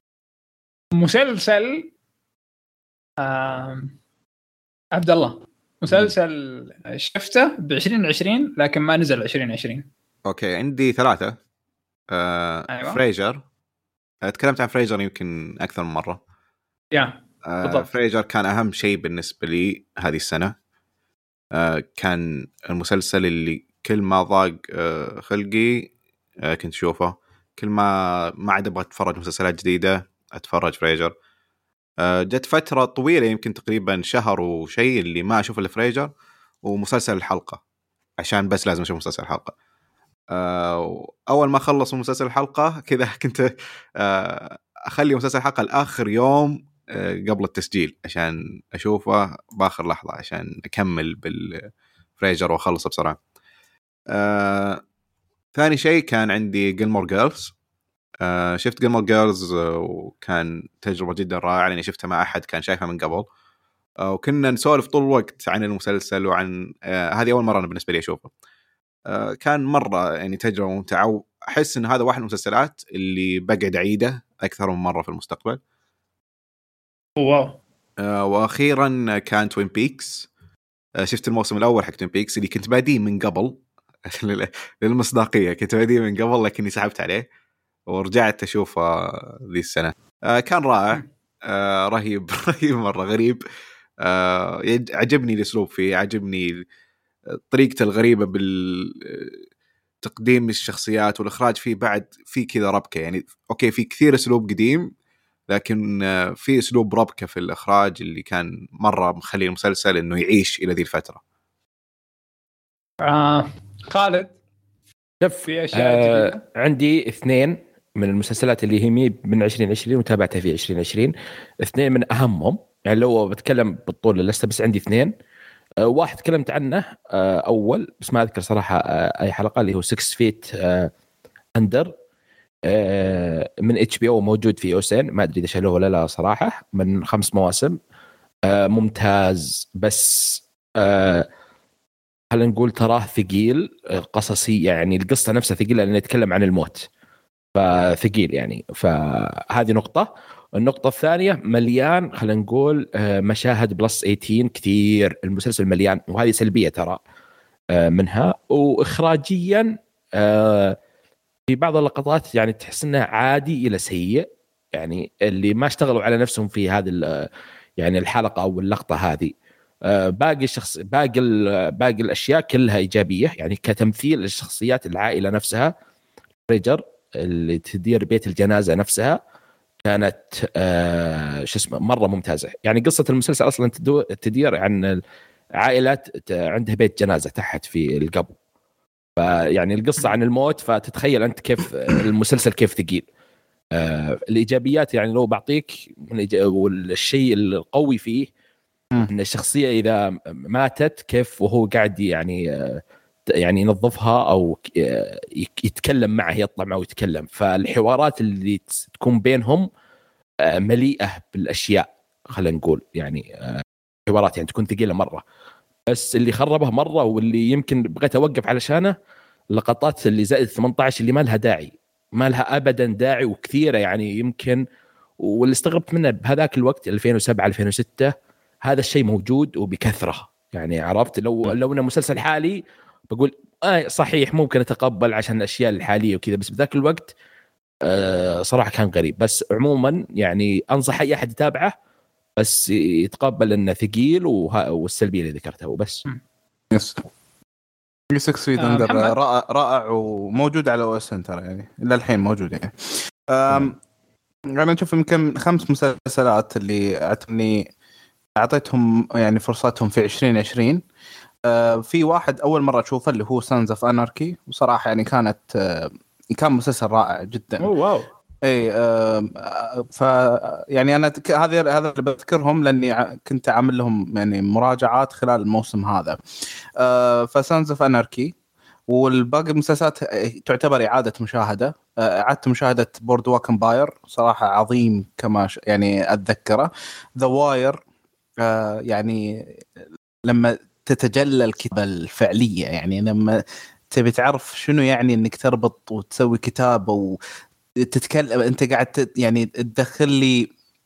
مسلسل آه عبد الله، مسلسل شفته بعشرين عشرين لكن ما نزل عشرين عشرين.
أوكي عندي ثلاثة. آه أيوة. فريجر، تكلمت عن فريجر يمكن أكثر من مرة.
يا
آه فريجر كان أهم شيء بالنسبة لي هذه السنة. آه كان المسلسل اللي كل ما ضاق آه خلقي آه كنت أشوفه، كل ما ما عاد أبغى أتفرج مسلسلات جديدة أتفرج فريجر. آه جت فترة طويلة يمكن تقريبا شهر وشيء اللي ما أشوف الفريجر ومسلسل الحلقة، عشان بس لازم أشوف مسلسل الحلقة. آه أول ما خلص مسلسل الحلقة كذا كنت آه أخلي مسلسل الحلقة الآخر يوم قبل التسجيل عشان أشوفه بآخر لحظة عشان أكمل بالفريجر وأخلص بسرعة. آه، ثاني شيء كان عندي جيلمور جيرلز. آه، شفت جيلمور جيرلز وكان تجربة جدا رائعة لأني شفتها مع أحد كان شايفها من قبل، آه، وكنا نسولف طول الوقت عن المسلسل وعن آه، هذه أول مرة أنا بالنسبة لي أشوفه. آه، كان مرة يعني تجربة ممتعة، وأحس إن هذا واحد من المسلسلات اللي بقعد أعيده أكثر من مرة في المستقبل.
واو.
آه واخيرا كان توين بيكس. آه شفت الموسم الاول حق توين بيكس اللي كنت باديه من قبل للمصداقيه، كنت باديه من قبل لكني سحبت عليه ورجعت اشوفه ذي السنه. آه كان رائع، آه رهيب رهيب مره غريب. آه عجبني الاسلوب فيه، عجبني طريقته الغريبه بالتقديم الشخصيات والاخراج فيه، بعد في كذا ربكه يعني. اوكي في كثير اسلوب قديم لكن في اسلوب ربكه في الاخراج اللي كان مره مخلي المسلسل انه يعيش الى ذي الفتره.
آه خالد
شوف في اشياء آه جديده عندي اثنين من المسلسلات اللي هي من عشرين عشرين وتابعتها في عشرين عشرين، اثنين من اهمهم يعني لو بتكلم بالطول لسه بس عندي اثنين. أه واحد تكلمت عنه أه اول بس ما اذكر صراحه أه اي حلقه، اللي هو ستة فيت أه اندر أه من اتش بي او، موجود في اوسين، ما ادري اذا شالوه ولا لا صراحه، من خمس مواسم. أه ممتاز، بس أه خلينا نقول تراه ثقيل قصصي، يعني القصه نفسها ثقيله لانه يتكلم عن الموت، فثقيل يعني. فهذه نقطة. النقطة الثانية مليان خلينا نقول مشاهد بلس ثمانية عشر كثير، المسلسل مليان، وهذه سلبية ترى منها. وإخراجيا في بعض اللقطات يعني تحس انه عادي إلى سيء، يعني اللي ما اشتغلوا على نفسهم في هذه يعني الحلقة أو اللقطة هذه. باقي الشخص باقي باقي الأشياء كلها إيجابية، يعني كتمثيل للشخصيات، العائلة نفسها، ريجر اللي تدير بيت الجنازة نفسها كانت آه شو اسمه مرة ممتازة. يعني قصة المسلسل أصلا تدير عن عائلات عندها بيت جنازة تحت في القبو، فيعني القصة عن الموت، فتتخيل أنت كيف المسلسل كيف ثقيل. آه الإيجابيات يعني لو بعطيك، والشيء القوي فيه أن الشخصية إذا ماتت كيف وهو قاعد يعني آه يعني ينظفها أو يتكلم معه، يطلع معه ويتكلم. فالحوارات اللي تكون بينهم مليئة بالأشياء، خلينا نقول يعني حوارات يعني تكون ثقيلة مرة. بس اللي خربه مرة واللي يمكن بغيت أوقف علشانه، اللقطات اللي زائد ثمانية عشر اللي ما لها داعي، ما لها أبدا داعي، وكثيرة يعني يمكن. واللي استغربت منه بهذاك الوقت ألفين وسبعة ألفين وستة هذا الشيء موجود وبكثرة، يعني عرفت. لو لو انه مسلسل حالي بقول آه صحيح ممكن اتقبل عشان الاشياء الحاليه وكذا، بس بذاك الوقت آه صراحه كان غريب. بس عموما يعني انصح اي احد يتابعه، بس يتقبل انه ثقيل والسلبيه اللي ذكرتها وبس.
يس ستة فيت اندر رائع رائع وموجود على او اس ان ترى، يعني الى الحين موجود يعني. امم انا اشوف يمكن خمس مسلسلات اللي اعتني اعطيتهم يعني فرصتهم في عشرين عشرين. آه في واحد اول مره اشوفه اللي هو سانز اوف اناركي، وصراحه يعني كانت آه كان مسلسل رائع جدا.
اوه واو.
اي آه ف يعني انا هذه هذا اللي بذكرهم لاني كنت عامل لهم يعني مراجعات خلال الموسم هذا. آه فسانز اوف اناركي، والباقي المسلسلات تعتبر اعاده مشاهده. اعاده مشاهده بورد واك امباير صراحه عظيم كما يعني اتذكره. ذا واير آه يعني لما تتجلى الكتابة الفعلية، يعني لما تبي تعرف شنو يعني انك تربط وتسوي كتابة وتتكلم، انت قاعد يعني تدخل لي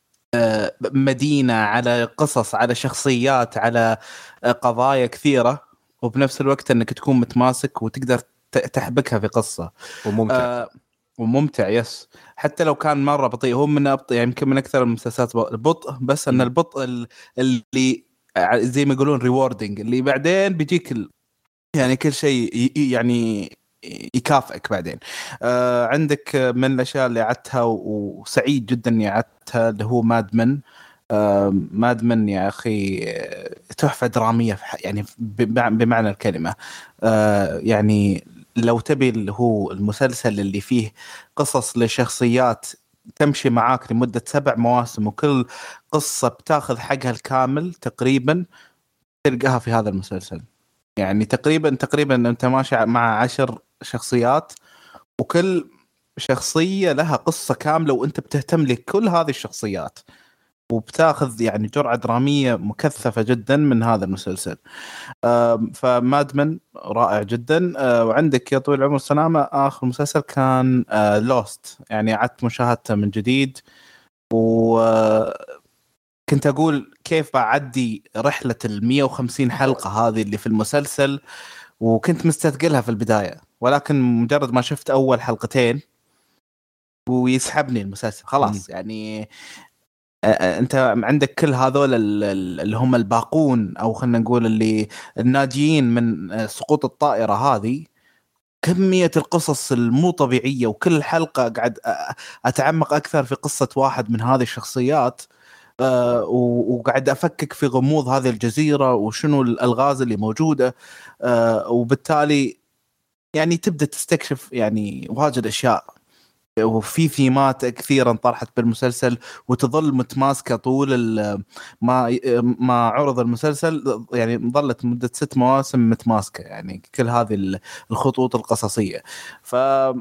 آه مدينة على قصص على شخصيات على آه قضايا كثيرة، وبنفس الوقت انك تكون متماسك وتقدر تحبكها في قصة
وممتع.
آه وممتع. يس حتى لو كان مرة بطيء، هو من أبطأ يعني يمكن من أكثر المسلسلات بطء، بس أن البطء اللي زي ما يقولون ريوردينج، اللي بعدين بيجيك ال... يعني كل شيء يعني يكافئك بعدين. آه عندك من الأشياء اللي عدتها وسعيد جدا اني عدتها اللي هو مادمن. آه مادمن يا أخي تحفة درامية يعني بمعنى الكلمة. آه يعني لو تبي اللي هو المسلسل اللي فيه قصص لشخصيات تمشي معاك لمدة سبع مواسم وكل قصة بتاخذ حقها الكامل تقريبا، تلقاها في هذا المسلسل. يعني تقريبا تقريبا أنت ماشي مع عشر شخصيات، وكل شخصية لها قصة كاملة وأنت بتهتم لكل هذه الشخصيات، وبتاخذ يعني جرعة درامية مكثفة جدا من هذا المسلسل. فمادمن رائع جدا. وعندك يا طويل العمر السلامة آخر مسلسل كان لوست، يعني عدت مشاهدته من جديد، وكنت أقول كيف بعدي رحلة المية وخمسين حلقة هذه اللي في المسلسل، وكنت مستثقلها في البداية، ولكن مجرد ما شفت أول حلقتين ويسحبني المسلسل خلاص. يعني انت عندك كل هذول اللي هم الباقون او خلينا نقول اللي الناجين من سقوط الطائرة هذه، كمية القصص المو طبيعية، وكل حلقة قاعد اتعمق اكثر في قصة واحد من هذه الشخصيات، وقاعد افكك في غموض هذه الجزيرة وشنو الالغاز اللي موجودة، وبالتالي يعني تبدأ تستكشف يعني واجد اشياء وفي ثيمات كثيرة انطرحت بالمسلسل وتظل متماسكة طول ما ما عرض المسلسل، يعني ظلت مدة ست مواسم متماسكة يعني كل هذه الخطوط القصصية. ف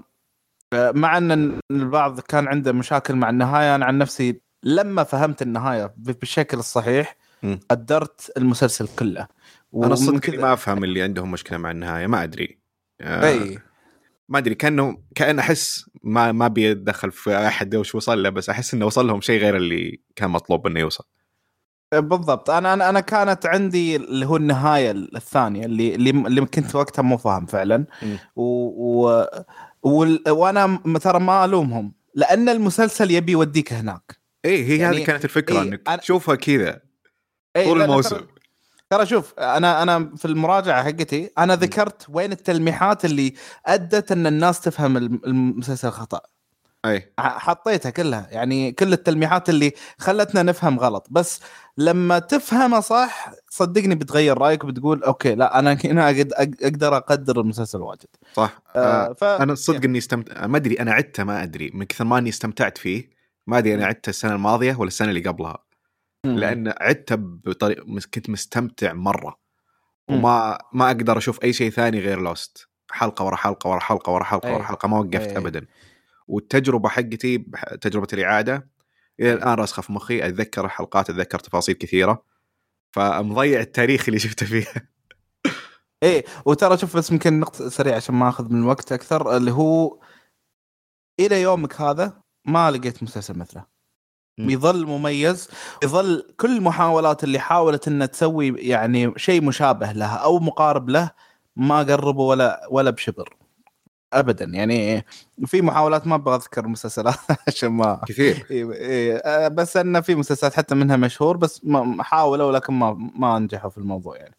مع أن البعض كان عنده مشاكل مع النهاية، أنا عن نفسي لما فهمت النهاية بالشكل الصحيح م. قدرت المسلسل كله.
أنا صدقني ما أفهم اللي عندهم مشكلة مع النهاية، ما أدري.
أي
ما ادري كانه كان احس ما ما بيتدخل في احد وش وصل له، بس احس انه وصل لهم شيء غير اللي كان مطلوب انه يوصل.
بالضبط. انا انا انا كانت عندي اللي هو النهايه الثانيه اللي اللي, اللي كنت وقتها مو فاهم فعلا و, و... و... وانا ترى ما الومهم لان المسلسل يبي يوديك هناك.
ايه هي يعني هذه كانت الفكره، إيه انك أنا... تشوفها كذا
إيه
طول الموسم.
ترى شوف انا انا في المراجعه حقتي انا ذكرت وين التلميحات اللي ادت ان الناس تفهم المسلسل خطا،
اي
حطيتها كلها، يعني كل التلميحات اللي خلتنا نفهم غلط، بس لما تفهمها صح صدقني بتغير رايك وبتقول اوكي لا انا هنا اقدر اقدر المسلسل واجد
صح. آه ف... انا صدق اني استمتع، ما ادري انا عدته ما ادري من كثر ما اني استمتعت فيه، ما ادري انا عدته السنه الماضيه ولا السنه اللي قبلها، لأن عدته بطريقة كنت مستمتع مرة وما ما أقدر أشوف أي شيء ثاني غير لوست، حلقة ورا حلقة ورا حلقة ورا حلقة ورا حلقة ما وقفت أي. أبدا. والتجربة حقتي تجربة الإعادة إلى الآن راسخة في مخي، أتذكر الحلقات أتذكر تفاصيل كثيرة، فمضيع التاريخ اللي شفته فيها.
إيه وترى شوف بس ممكن نقطة سريعة عشان ما أخذ من الوقت أكثر، اللي هو إلى يومك هذا ما لقيت مسلسل مثله، يظل مميز، يظل كل محاولات اللي حاولت انها تسوي يعني شيء مشابه لها او مقارب له ما قربوا ولا ولا بشبر ابدا. يعني في محاولات ما ابغى اذكر مسلسلات عشان ما
كثير
إيه بس ان في مسلسلات حتى منها مشهور بس ما حاولوا لكن ما ما نجحوا في الموضوع يعني.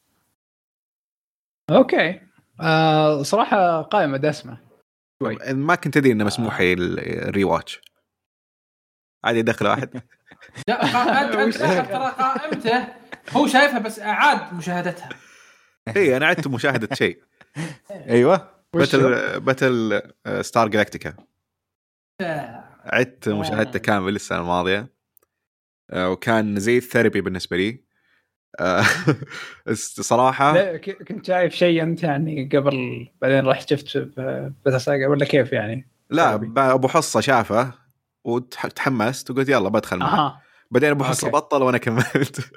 اوكي آه صراحه قائمه دسمه
شوي. ما كنت ادري انه مسموح آه. الريواتش عادي دخل واحد.
لا انت ترى قائمته هو شايفها بس اعاد مشاهدتها.
اي انا عدت مشاهده شيء.
ايوه
باتل باتل ستار جالاكتيكا عدت مشاهدته كامل السنه الماضيه وكان زي الثيرابي بالنسبه لي صراحه.
كنت شايف شيء انت يعني قبل بعدين رحت شفت باتل ولا كيف يعني؟
لا ابو حصه شافه وتحمست وقلت يلا بدخل معه. آه. بعدين ابو حصه بطل وانا كملت.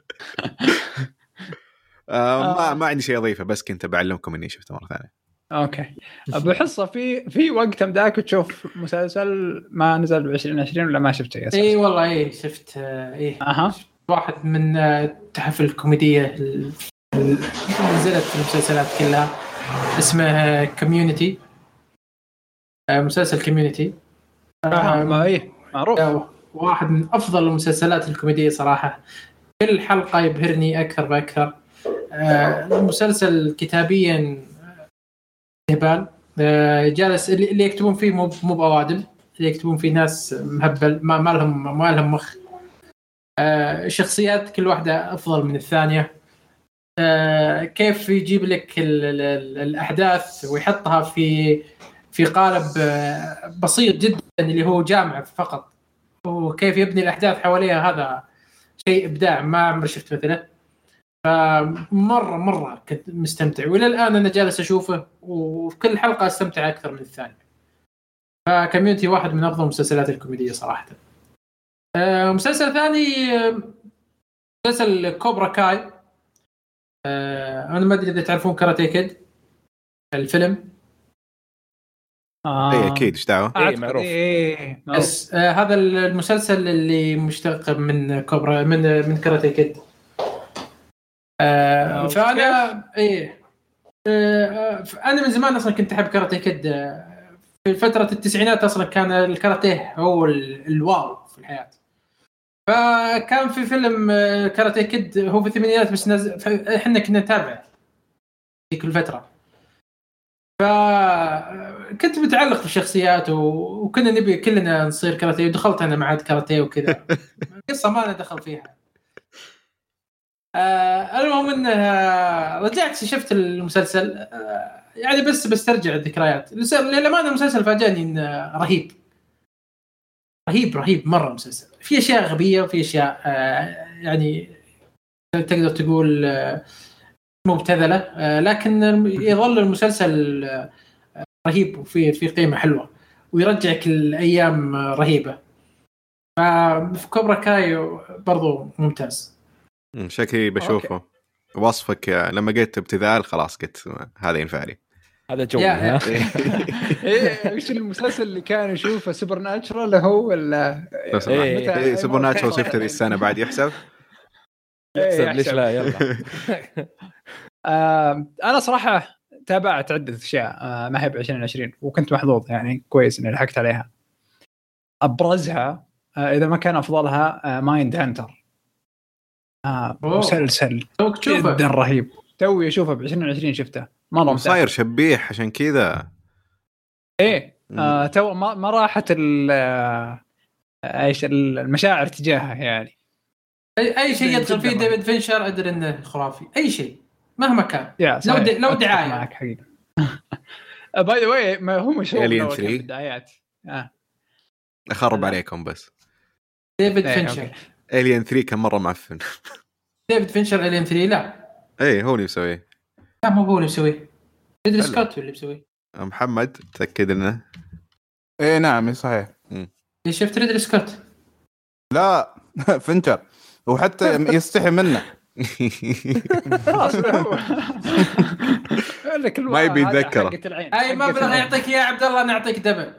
آه ما ما عندي شيء اضيفه بس كنت بعلمكم اني شفته مره ثانيه.
اوكي ابو حصه في في وقت مداك تشوف مسلسل ما نزل ب عشرين عشرين ولا ما شفته يا
اي والله اي شفت ايه
اها
واحد من التحف الكوميديه اللي نزلت في المسلسلات كلها اسمه كوميونيتي، مسلسل كوميونيتي.
آه ما ايه معروف،
واحد من افضل المسلسلات الكوميديه صراحه، كل حلقه يبهرني اكثر واكثر. المسلسل كتابيا هبال، جالس اللي يكتبون فيه مو مو بأوادم، اللي يكتبون فيه ناس مهبل ما ما لهم ما لهم مخ. شخصيات كل واحده افضل من الثانيه، كيف يجيب لك الاحداث ويحطها في في قالب بسيط جدا اللي هو جامع فقط، وكيف يبني الأحداث حواليها، هذا شيء إبداع ما عمري شفت مثله. فمرة مرة كنت مستمتع وإلى الآن أنا جالس أشوفه وفي كل حلقة أستمتع أكثر من الثانية. فكوميونتي واحد من أفضل المسلسلات الكوميدية صراحة. مسلسل ثاني مسلسل كوبرا كاي. أنا ما أدري إذا تعرفون كاراتيه كيد الفيلم.
آه. ايه اكيد ايش دعوه
ايه معروف ايه
بس آه هذا المسلسل اللي مشتق من كوبرا من من كاراتيه كيد. آه فانا ايه آه انا من زمان اصلا كنت احب كاراتيه كيد. آه في فتره التسعينات اصلا كان الكاراتيه هو الواو في الحياه. فكان في فيلم آه كاراتيه كيد هو في الثمانينات بس نزل احنا كنا نتابعه في كل فتره، فكنت متعلق بالشخصيات وكنا نبي كلنا نصير كاراتيه، ودخلت أنا معهد كاراتيه وكذا. قصة ما أنا دخل فيها. آه المهم إنها رجعت شفت المسلسل آه يعني بس بسترجع الذكريات. للأمانة المسلسل فاجأني إنه رهيب رهيب رهيب مرة مسلسل. في أشياء غبية وفي أشياء آه يعني تقدر تقول آه مبتذلة، آه لكن يظل المسلسل آه رهيب وفي في قيمة حلوة ويرجعك الأيام رهيبة. ففي كوبرا كاي برضو ممتاز.
شكلي بشوفه. أوكي. وصفك لما قلت ابتذال خلاص قلت هذا ينفع لي.
هذا جو.
ايه وش المسلسل اللي كان يشوفه سوبر ناتشرال هو ولا
ايه سوبر ناتشرال شفته ذي السنة بعد يحسب
يحسب ليش لا يلا.
آه انا صراحة تابعت عدة اشياء آه ما هي بعشرين عشرين وكنت محظوظ يعني كويس اني لحقت عليها. ابرزها آه اذا ما كان افضلها آه مايند هانتر. آه مسلسل جدا رهيب توي اشوفه بعشرين عشرين شفته مرة
صاير شبيح عشان كذا.
ايه آه تو ما, ما راحت ال ايش المشاعر تجاهه يعني.
اي اي شيء يدخل فيه ديفيد فينشر ادري انه خرافي اي شيء مهما كان لو دي لو دعايه
معك حقيقه. باي ذا واي ما هو مشهور
بالدعايات. اه اخرب عليكم بس
ديفيد فينشر
الين ثري كم مره معفن.
ديفيد فينشر الين ثري لا
اي هو اللي مسويه.
لا مو هو اللي مسويه ريدلي سكوت اللي مسويه.
محمد تاكد لنا.
ايه نعم صحيح.
ليش شفت ريدلي سكوت؟
لا فينشر وحتى يستحي منه.
خلاص
ما يبي يتذكره.
اي مبلغ يعطيك يا عبد الله نعطيك دبل.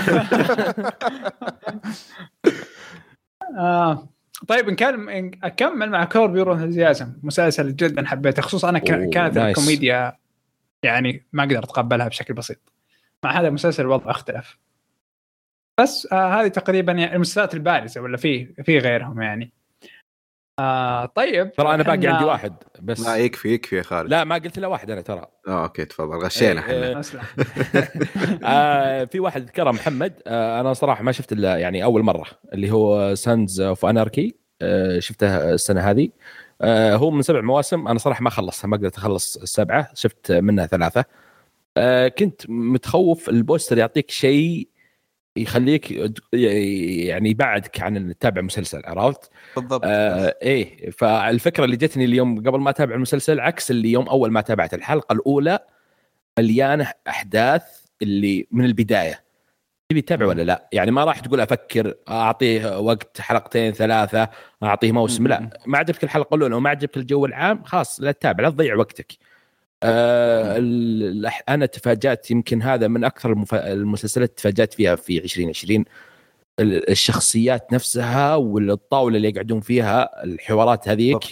آه طيب إن كان أكمل مع كورب يورو انثوزيازم مسلسل جدا حبيته خصوصا أنا كانت الكوميديا يعني ما أقدر أتقبلها بشكل بسيط. مع هذا المسلسل الوضع اختلف بس آه هذه تقريبا يعني المسلسلات البارزة ولا في في غيرهم يعني. آه طيب
ترى أنا باقي عندي واحد بس.
لا يكفي يكفي يا خالد.
لا ما قلت له واحد أنا ترى.
آه أوكي تفضل غشينا
احنا. آه في واحد ذكره محمد آه أنا صراحة ما شفت إلا يعني أول مرة اللي هو سانز أوف أناركي آه شفته السنة هذه. آه هو من سبع مواسم أنا صراحة ما خلصها ما قدرت أخلص السبعة شفت منها ثلاثة. آه كنت متخوف البوستر يعطيك شيء يخليك يعني يبعدك عن التابع مسلسل عرفت
بالضبط.
آه ايه فالفكره اللي جتني اليوم قبل ما اتابع المسلسل عكس اللي يوم اول ما تابعت الحلقه الاولى مليانه احداث اللي من البدايه تبي تتابع ولا لا يعني ما راح تقول افكر اعطيه وقت حلقتين ثلاثه اعطيه موسم لا ما عجبك الحلقه الاولى وما عجبك الجو العام خلاص لا تتابع لا تضيع وقتك. آه أنا تفاجأت يمكن هذا من أكثر المف... المسلسلات تفاجأت فيها في عشرين عشرين الشخصيات نفسها والطاولة اللي يقعدون فيها الحوارات هذيك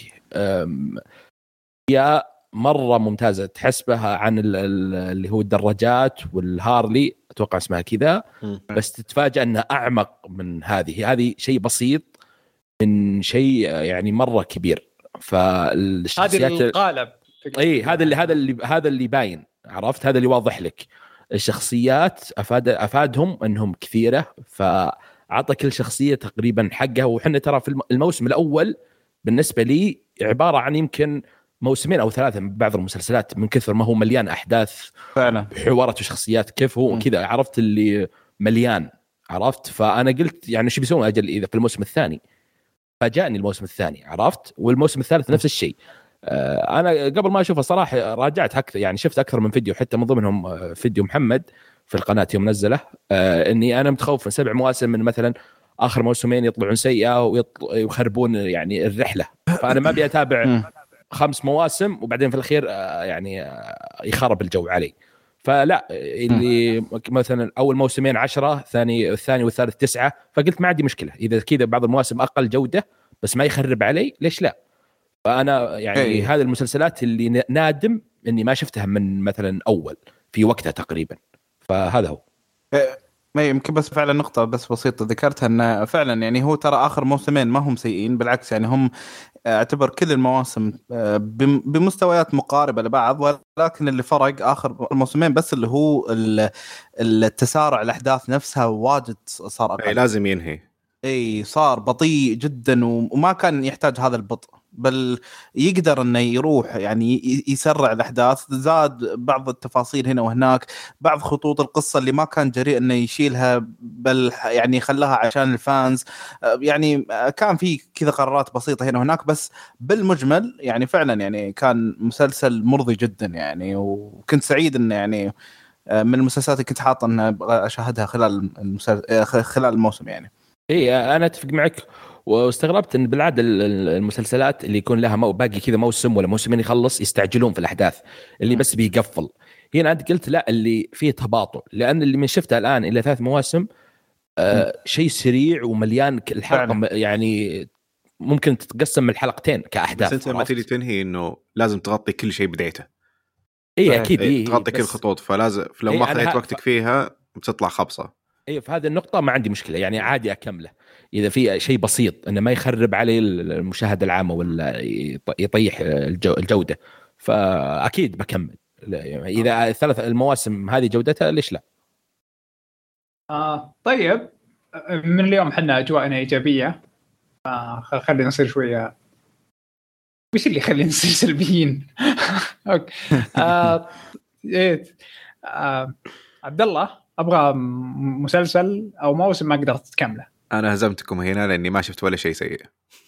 هي مرة ممتازة تحسبها عن اللي هو الدراجات والهارلي أتوقع اسمها كذا بس تتفاجأ أنها أعمق من هذه هذه شيء بسيط من شيء يعني مرة كبير. فالشخصيات
هذه القالب
اي هذا اللي هذا اللي هذا اللي باين عرفت هذا اللي واضح لك الشخصيات افاد افادهم انهم كثيره فاعطى كل شخصيه تقريبا حقها. وحنا ترى في الموسم الاول بالنسبه لي عباره عن يمكن موسمين او ثلاثه من بعض المسلسلات من كثر ما هو مليان احداث
فعلا
حوارات وشخصيات كيف هو كذا عرفت اللي مليان عرفت. فانا قلت يعني شو بيسوون اجل اذا في الموسم الثاني فجاءني الموسم الثاني عرفت والموسم الثالث نفس الشيء. أنا قبل ما أشوفه صراحة راجعت أكثر يعني شفت أكثر من فيديو حتى من ضمنهم فيديو محمد في القناة يوم نزله إني أنا متخوف من سبع مواسم من مثلا آخر موسمين يطلعون سيئة ويخربون يعني الرحلة. فأنا ما أبي أتابع خمس مواسم وبعدين في الأخير يعني يخرب الجو علي. فلا اللي مثلا أول موسمين عشرة ثاني الثاني والثالث تسعة فقلت ما عندي مشكلة إذا كذا بعض المواسم أقل جودة بس ما يخرب علي ليش لا. فأنا يعني أي. هذه المسلسلات اللي نادم إني ما شفتها من مثلا أول في وقتها تقريبا. فهذا هو
ما يمكن بس فعلا نقطة بس بسيطة ذكرتها أن فعلا يعني هو ترى آخر موسمين ما هم سيئين بالعكس يعني هم اعتبر كل المواسم بمستويات مقاربة لبعض ولكن اللي فرق آخر الموسمين بس اللي هو التسارع الأحداث نفسها واجد صار أقل.
لازم ينهي
اي صار بطيء جدا وما كان يحتاج هذا البطء بل يقدر انه يروح يعني يسرع الاحداث، زاد بعض التفاصيل هنا وهناك، بعض خطوط القصه اللي ما كان جريء انه يشيلها بل يعني خلاها عشان الفانز. يعني كان في كذا قرارات بسيطه هنا وهناك، بس بالمجمل يعني فعلا يعني كان مسلسل مرضي جدا يعني. وكنت سعيد انه يعني من المسلسلات اللي كنت حاطه ان ابغى اشاهدها خلال المسلسل خلال الموسم يعني.
اي انا اتفق معك، واستغربت ان بالعاده المسلسلات اللي يكون لها مو باقي كذا موسم ولا موسمين يخلص يستعجلون في الاحداث اللي بس بيقفل. هنا انت قلت لا، اللي فيه تباطؤ، لان اللي من شفتها الان الى ثلاث مواسم آه شيء سريع ومليان الحلقه فعلا. يعني ممكن تتقسم من الحلقتين كاحداث،
بس انت لما تيجي تنهي انه لازم تغطي كل شيء بدايته.
اي اكيد إيه
تغطي كل خطوط، فلازم لو ما خذيت وقتك ف... فيها بتطلع خبصه.
اي في هذه النقطه ما عندي مشكله يعني، عادي اكمله اذا في شيء بسيط انه ما يخرب علي المشاهده العامه ولا يطيح الجو الجوده، فاكيد بكمل. اذا الثلاث المواسم هذه جودتها ليش لا.
آه طيب، من اليوم احنا اجواءنا ايجابيه، آه خلينا نصير شويه وش اللي يخلينا نصير سلبيين. اوكي آه ايه آه عبد الله، ابغى مسلسل او موسم ما قدرت تكمله.
انا هزمتكم هنا لاني ما شفت ولا شيء سيء.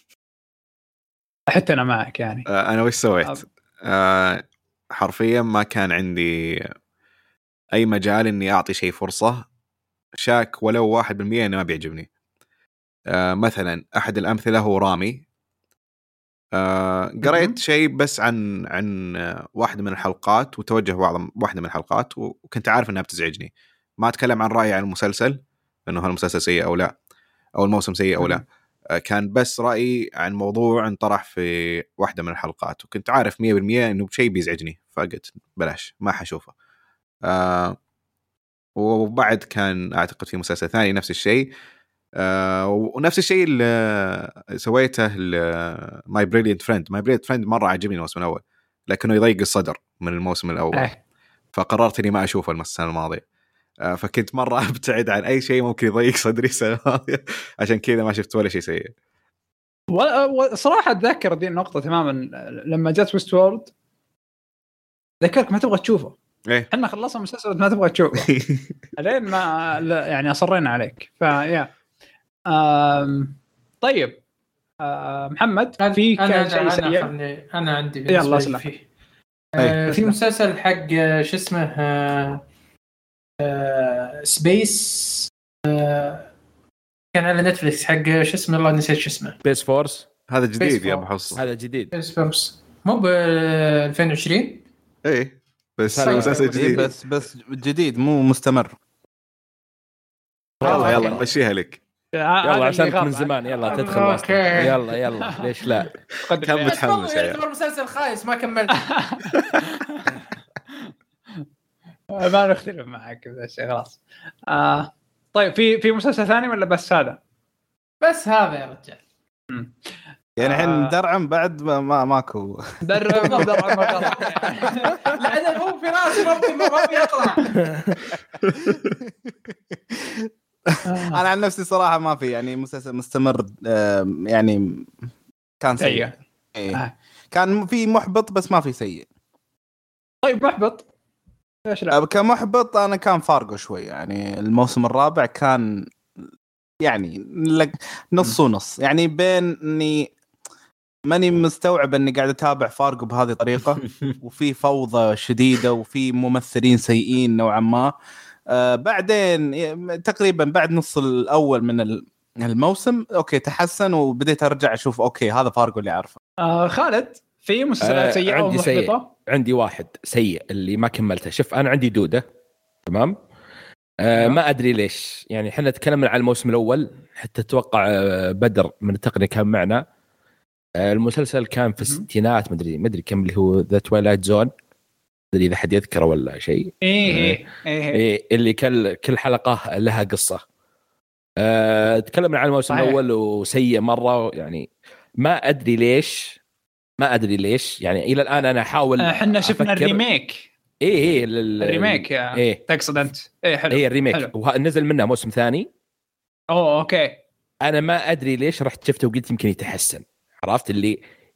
حتى انا معك يعني.
آه انا وش سويت؟ آه حرفيا ما كان عندي اي مجال اني اعطي شيء فرصه، شاك ولو واحد بالمية انه ما بيعجبني. آه مثلا احد الامثله هو رامي. آه قريت شيء بس عن عن واحدة من الحلقات وتوجه بعض واحدة من الحلقات، وكنت عارف انها بتزعجني. ما اتكلم عن رأيي عن المسلسل انه هالمسلسل سيء او لا، او الموسم سيء او لا. آه كان بس رأيي عن موضوع انطرح في واحدة من الحلقات، وكنت عارف مية بالمية انه شيء بيزعجني، فقلت بلاش ما حشوفه. آه وبعد كان اعتقد في مسلسل ثاني نفس الشيء، آه ونفس الشيء اللي سويته ماي بريليانت فريند. ماي بريليانت فريند مرة عجبني الموسم الأول، لكنه يضيق الصدر من الموسم الأول. أه. فقررت إني ما أشوفه السنة الماضية. آه فكنت مرة أبتعد عن أي شيء ممكن يضيق صدري السنة الماضية، عشان كذا ما شفت ولا شيء سيء.
وصراحة أتذكر دي النقطة تماما لما جت ويست وورد، ذكرك ما تبغى تشوفه.
إيه؟
إحنا خلصنا مسلسل ما تبغى تشوفه. لين ما يعني أصرينا عليك. فيا أم... طيب أم... محمد في
كان
شيء سيء؟
أنا, أنا عندي
بالنسبة
فيه آه في مسلسل حق شو اسمه آه آه سبيس آه كان على نتفليكس حق شو اسمه الله نسيت شو اسمه.
سبيس فورس.
هذا جديد يا أبو حصة.
هذا جديد.
سبيس فورس مو ب ألفين وعشرين.
إيه بس مسلسل جديد.
بس بس جديد مو مستمر.
يلا يلا نمشيها لك.
يلا عشانك من زمان يلا تدخل واسطة. يلا يلا ليش لا.
كم متحمس
يا يعتبر مسلسل خايس ما كملت.
ما نختلف معك بهذا الشيء خلاص. آه طيب في في مسلسل ثاني ولا بس هذا؟
بس هذا يا رجال.
يعني الحين آه درعم بعد ما ماكو
درعم درعم
لا هو في راسي ما بيطلع.
انا عن نفسي صراحه ما في يعني مسلسل مستمر يعني كان سيء. إيه. كان في محبط بس ما في سيء.
طيب محبط ليش لا؟
كمحبط انا كان فارغو شوي يعني. الموسم الرابع كان يعني نص ونص يعني، بين اني ماني مستوعب اني قاعد اتابع فارغو بهذه الطريقه وفي فوضى شديده وفي ممثلين سيئين نوعا ما. آه بعدين تقريبا بعد نص الاول من الموسم اوكي تحسن، وبديت ارجع اشوف اوكي هذا فارغو اللي اعرفه.
آه خالد في مسلسلات آه سيئه
عندي
ومحبطه؟
سيء. عندي واحد سيء اللي ما كملته. شوف انا عندي دوده تمام. آه ما ادري ليش يعني احنا تكلمنا عن الموسم الاول حتى اتوقع آه بدر من التقنيه كان معنا. آه المسلسل كان في الستينات ما ادري ما ادري كم اللي هو ذا تويلايت زون، ادري اذا حد يذكره ولا شيء.
ايه ايه
ايه اللي كل كل حلقه لها قصه. أه تكلمنا عن الموسم الاول وسيء مره يعني. ما ادري ليش ما ادري ليش يعني الى الان انا احاول.
احنا شفنا الريميك.
ايه ايه
الريميك يا إيه؟ تقصد انت ايه حلو.
ايه الريميك ونزل منه موسم ثاني.
اوه اوكي.
انا ما ادري ليش رحت شفته وقلت يمكن يتحسن. عرفت اللي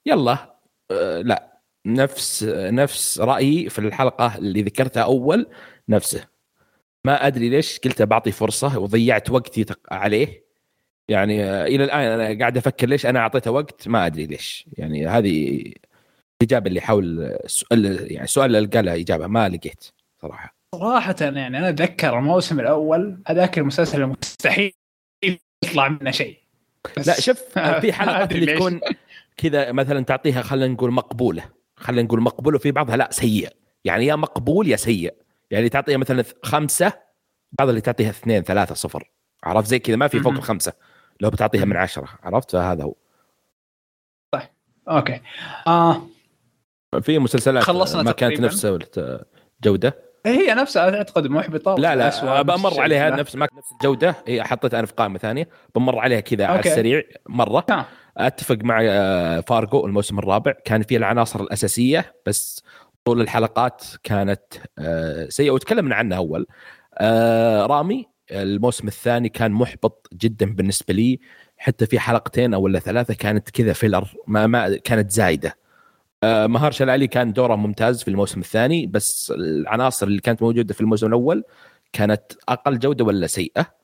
يلا آه لا نفس نفس رايي في الحلقه اللي ذكرتها اول، نفسه. ما ادري ليش قلت بعطي فرصه وضيعت وقتي عليه، يعني آه الى الان انا قاعد افكر ليش انا اعطيته وقت، ما ادري ليش. يعني هذه الاجابه اللي حاول السؤال، يعني سؤال اللي قالها اجابه ما لقيت صراحه.
صراحه يعني انا اتذكر الموسم الاول هذاك المسلسل المستحيل يطلع منه شيء.
لا شوف في حلقات اللي تكون كذا مثلا تعطيها خلينا نقول مقبوله، خلينا نقول مقبول، وفي بعضها لا سيء، يعني يا مقبول يا سيء. يعني تعطيها مثلا خمسة، بعض اللي تعطيها اثنين ثلاثة صفر، عرفت زي كذا، ما في فوق الخمسة لو بتعطيها من عشرة، عرفت؟ فهذا هو.
طيب اوكي. آه.
في مسلسلات ما كانت نفس جودة،
هي نفسها اعتقد محبطة.
لا لا بمر عليها نفس ما نفس الجودة، هي حطيتها انا في قائمة ثانية بمر عليها كذا على السريع مرة. آه. اتفق مع فارغو، الموسم الرابع كان فيه العناصر الأساسية بس طول الحلقات كانت سيئة وتكلمنا عنها أول. رامي الموسم الثاني كان محبط جدا بالنسبة لي، حتى في حلقتين أو ولا ثلاثة كانت كذا فيلر، ما, ما كانت زايدة. مهار شلالي كان دوره ممتاز في الموسم الثاني، بس العناصر اللي كانت موجودة في الموسم الأول كانت أقل جودة ولا سيئة.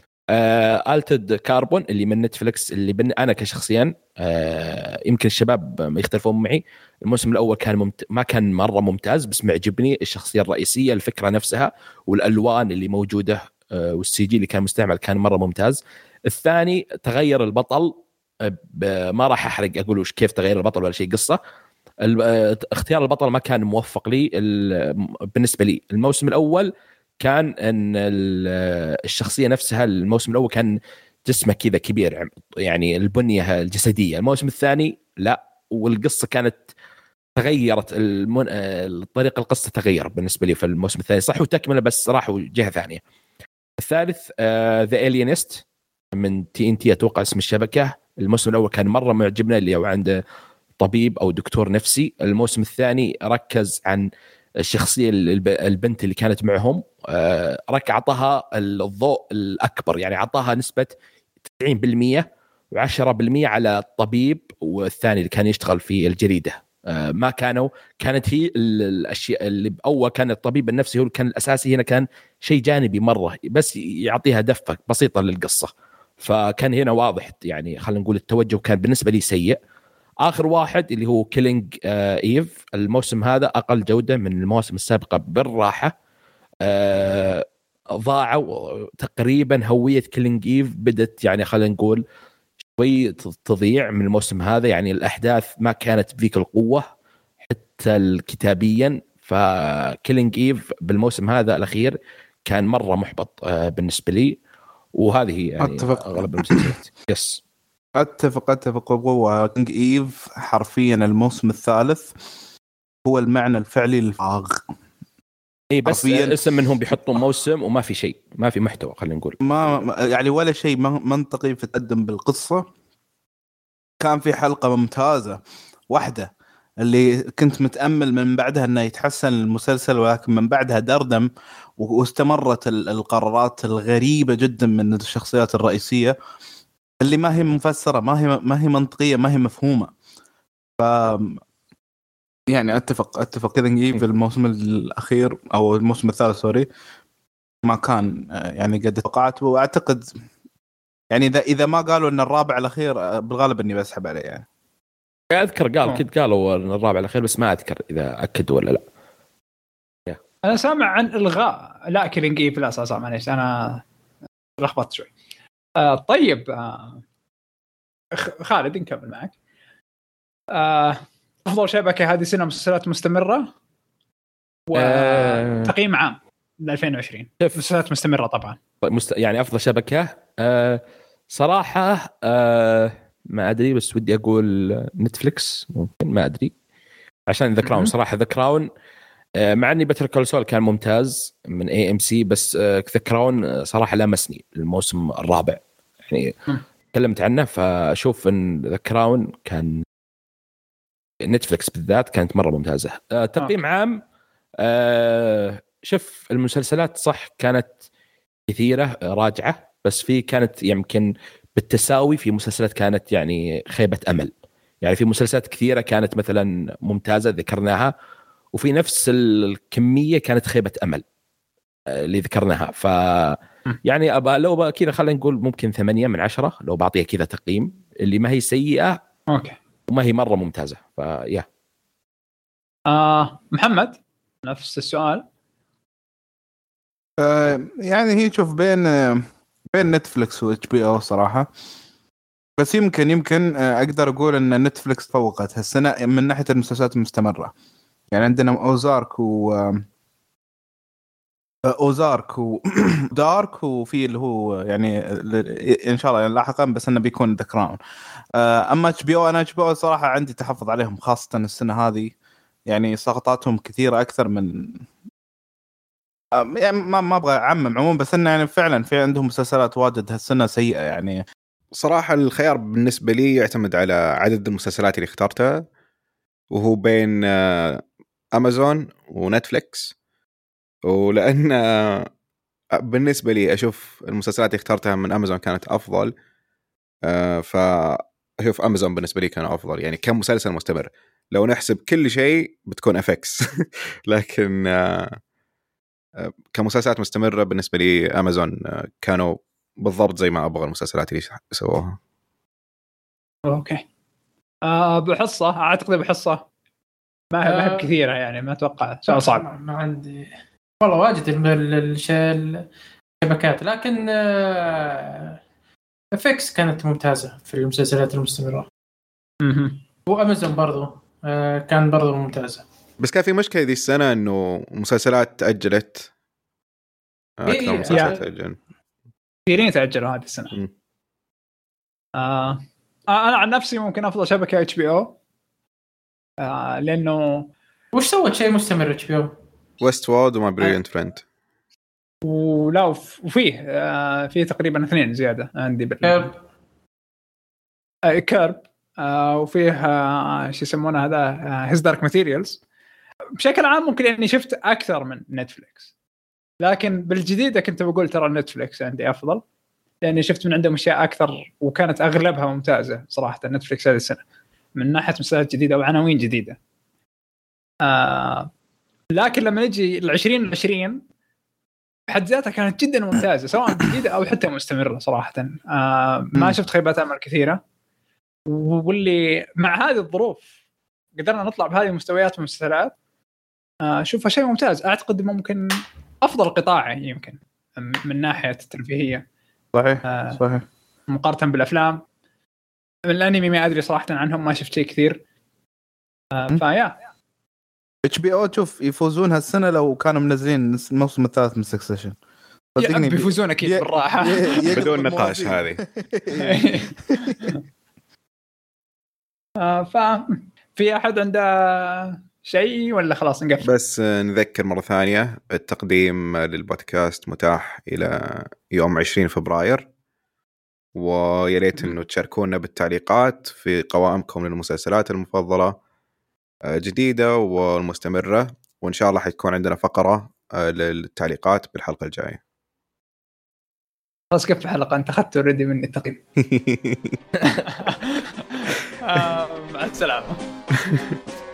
آلتد كاربون اللي من نتفليكس، اللي بن أنا كشخصيا آه يمكن الشباب يختلفون معي، الموسم الأول كان ممت... ما كان مرة ممتاز، بس معجبني الشخصية الرئيسية، الفكرة نفسها والألوان اللي موجودة آه والسي جي اللي كان مستعمل كان مرة ممتاز. الثاني تغير البطل، آه ما راح أحرق أقول وش كيف تغير البطل ولا شيء قصة. اختيار البطل ما كان موفق لي بالنسبة لي. الموسم الأول كان ان الشخصيه نفسها، الموسم الاول كان جسمه كذا كبير، يعني البنيه الجسديه. الموسم الثاني لا، والقصه كانت تغيرت، المن... الطريقه القصه تغير بالنسبه لي في الموسم الثاني، صح وتكمله بس راحوا جهه ثانيه. الثالث ذا إلينست من تي ان تي اتوقع اسم الشبكه. الموسم الاول كان مره معجبنا، اللي هو عنده طبيب او دكتور نفسي. الموسم الثاني ركز عن الشخصيه البنت اللي كانت معهم، رك عطاها الضوء الأكبر، يعني عطاها نسبة تسعين بالمئة وعشرة بالمئة على الطبيب والثاني اللي كان يشتغل في الجريدة. ما كانوا كانت هي الأشياء اللي بأول كان الطبيب النفسي هو كان الأساسي، هنا كان شيء جانبي مرة بس يعطيها دفة بسيطة للقصة. فكان هنا واضح، يعني خلينا نقول التوجه كان بالنسبة لي سيء. آخر واحد اللي هو كيلينج إيف، الموسم هذا أقل جودة من المواسم السابقة بالراحة. آه ضاعوا تقريبا هوية كيلينج إيف، بدت يعني خلينا نقول شوي تضيع من الموسم هذا، يعني الأحداث ما كانت بذيك القوة حتى الكتابيا. فكيلينج إيف بالموسم هذا الأخير كان مرة محبط آه بالنسبة لي. وهذه يعني
أتفق.
أغلب المسلسلات. يس
أتفق أتفق بقوة. كيلينج إيف حرفيا الموسم الثالث هو المعنى الفعلي للفراغ.
اي بس اسم منهم بيحطوا موسم وما في شيء، ما في محتوى، خلينا نقول
ما يعني ولا شيء منطقي في تقدم بالقصة. كان في حلقة ممتازة واحدة اللي كنت متأمل من بعدها انه يتحسن المسلسل، ولكن من بعدها دردم واستمرت القرارات الغريبة جدا من الشخصيات الرئيسية اللي ما هي مفسرة، ما هي ما هي منطقية، ما هي مفهومة. ف يعني اتفق اتفق كذا نجيب في الموسم الاخير او الموسم الثالث سوري ما كان يعني قد توقعت. واعتقد يعني اذا اذا ما قالوا ان الرابع الاخير بالغالب اني بسحب عليه. يعني
اذكر قال كنت قالوا ان الرابع الاخير بس ما اذكر اذا اكدوا ولا لا.
انا سامع عن الغاء لا كيلينج إيف لا صح معليش انا لخبطت شوي. آه طيب آه خالد نكمل معك. آه أفضل شبكة هذه سنة مسلسلات مستمرة وتقييم عام ل ألفين وعشرين مسلسلات مستمرة طبعا.
مست... يعني أفضل شبكة أه صراحة أه ما أدري، بس ودي أقول نتفليكس ممكن، ما أدري عشان ذا كراون. صراحة ذا كراون أه مع أني بتر كول سول كان ممتاز من اي ام سي، بس ذا أه كراون صراحة لمسني الموسم الرابع، يعني تكلمت عنه. فأشوف أن ذا كراون كان نتفليكس بالذات كانت مرة ممتازة. أه تقييم عام أه شوف المسلسلات صح كانت كثيرة راجعة، بس في كانت يمكن بالتساوي في مسلسلات كانت يعني خيبة أمل. يعني في مسلسلات كثيره كانت مثلا ممتازه ذكرناها، وفي نفس الكميه كانت خيبه امل اللي ذكرناها. ف يعني ابى لو بقى كذا خلينا نقول ممكن ثمانية من عشرة لو بعطيها كذا تقييم، اللي ما هي سيئه
اوكي
وما هي مره ممتازه. فيا
آه محمد نفس السؤال.
آه يعني هي شوف بين بين نتفليكس و اتش بي او صراحه، بس يمكن يمكن اقدر اقول ان نتفليكس تفوقت هالسنه من ناحيه المسلسلات المستمره. يعني عندنا اوزارك و اوزارك ودارك، وفي اللي هو يعني ان شاء الله يعني لاحقا بس انه بيكون ذا كراون. اما اتش بي او انا اتش بي او صراحه عندي تحفظ عليهم خاصه السنه هذه، يعني سقطاتهم كثيره اكثر من يعني ما ما ابغى اعمم عموما، بس انه يعني فعلا في عندهم مسلسلات واجد هالسنه سيئه. يعني
صراحه الخيار بالنسبه لي يعتمد على عدد المسلسلات اللي اخترتها، وهو بين امازون ونتفليكس. ولان بالنسبه لي اشوف المسلسلات اللي اخترتها من امازون كانت افضل، فاشوف امازون بالنسبه لي كان افضل يعني كم مسلسل مستمر. لو نحسب كل شيء بتكون افكس لكن كمسلسلات مستمره بالنسبه لي امازون كانوا بالضبط زي ما ابغى المسلسلات اللي سووها.
اوكي آه بحصه اعتقد بحصه ما هي آه كثيره يعني ما اتوقع سؤال صعب.
ما عندي والله واجد الشبكات، لكن آه افكس كانت ممتازه في المسلسلات المستمره.
اها
وامازون برضو آه كان برضو ممتازه.
بس كان في مشكله ذي السنه انه مسلسلات تاجلت اكثر من مسلسلات تاجلت
كثيرين تاجلوا هذه السنه. آه. آه انا عن نفسي ممكن افضل شبكه اتش بي او آه لانه
وش سوت شيء مستمر اتش بي او؟
ويست وورد وما بريليانت فريند،
ولا وفيه آه في تقريبا اثنين زياده عندي بال
كيرب
آه كيرب آه وفيه آه شو يسمونه هذا هيز دارك ماتيريالز. بشكل عام ممكن اني شفت اكثر من نتفليكس، لكن بالجديده كنت بقول ترى نتفليكس عندي افضل لاني شفت من عندهم اشياء اكثر وكانت اغلبها ممتازه صراحه. نتفليكس هذه السنه من ناحيه مسلسلات جديده وعناوين جديده. آه لكن لما نجي العشرين عشرين بحد ذاتها كانت جدا ممتازه سواء جديده او حتى مستمره صراحه. آه ما شفت خيبات امل كثيره، واللي مع هذه الظروف قدرنا نطلع بهذه المستويات المسلسلات. آه شوفها شيء ممتاز. اعتقد ممكن افضل قطاع يمكن من ناحيه الترفيهيه.
صحيح
آه
صحيح
مقارنه بالافلام. من الانمي ما ادري صراحه عنهم ما شفت شيء كثير. آه فيا
اتش بي او شوف يفوزون هالسنه لو كانوا منزلين الموسم الثالث من سكسيشن
صدقني بيفوزون اكيد ي... بالراحه
ي... بدون نقاش هذه.
آه ف في احد عنده شيء ولا خلاص نقفل؟
بس نذكر مرة ثانية التقديم للبودكاست متاح إلى يوم عشرين فبراير، ويا ريت إنه تشاركونا بالتعليقات في قوائمكم للمسلسلات المفضلة جديدة والمستمرة، وإن شاء الله حيكون عندنا فقرة للتعليقات بالحلقة الجاية.
خلاص كيف الحلقة أنت أخذت ردي مني التقييم. مع السلامة.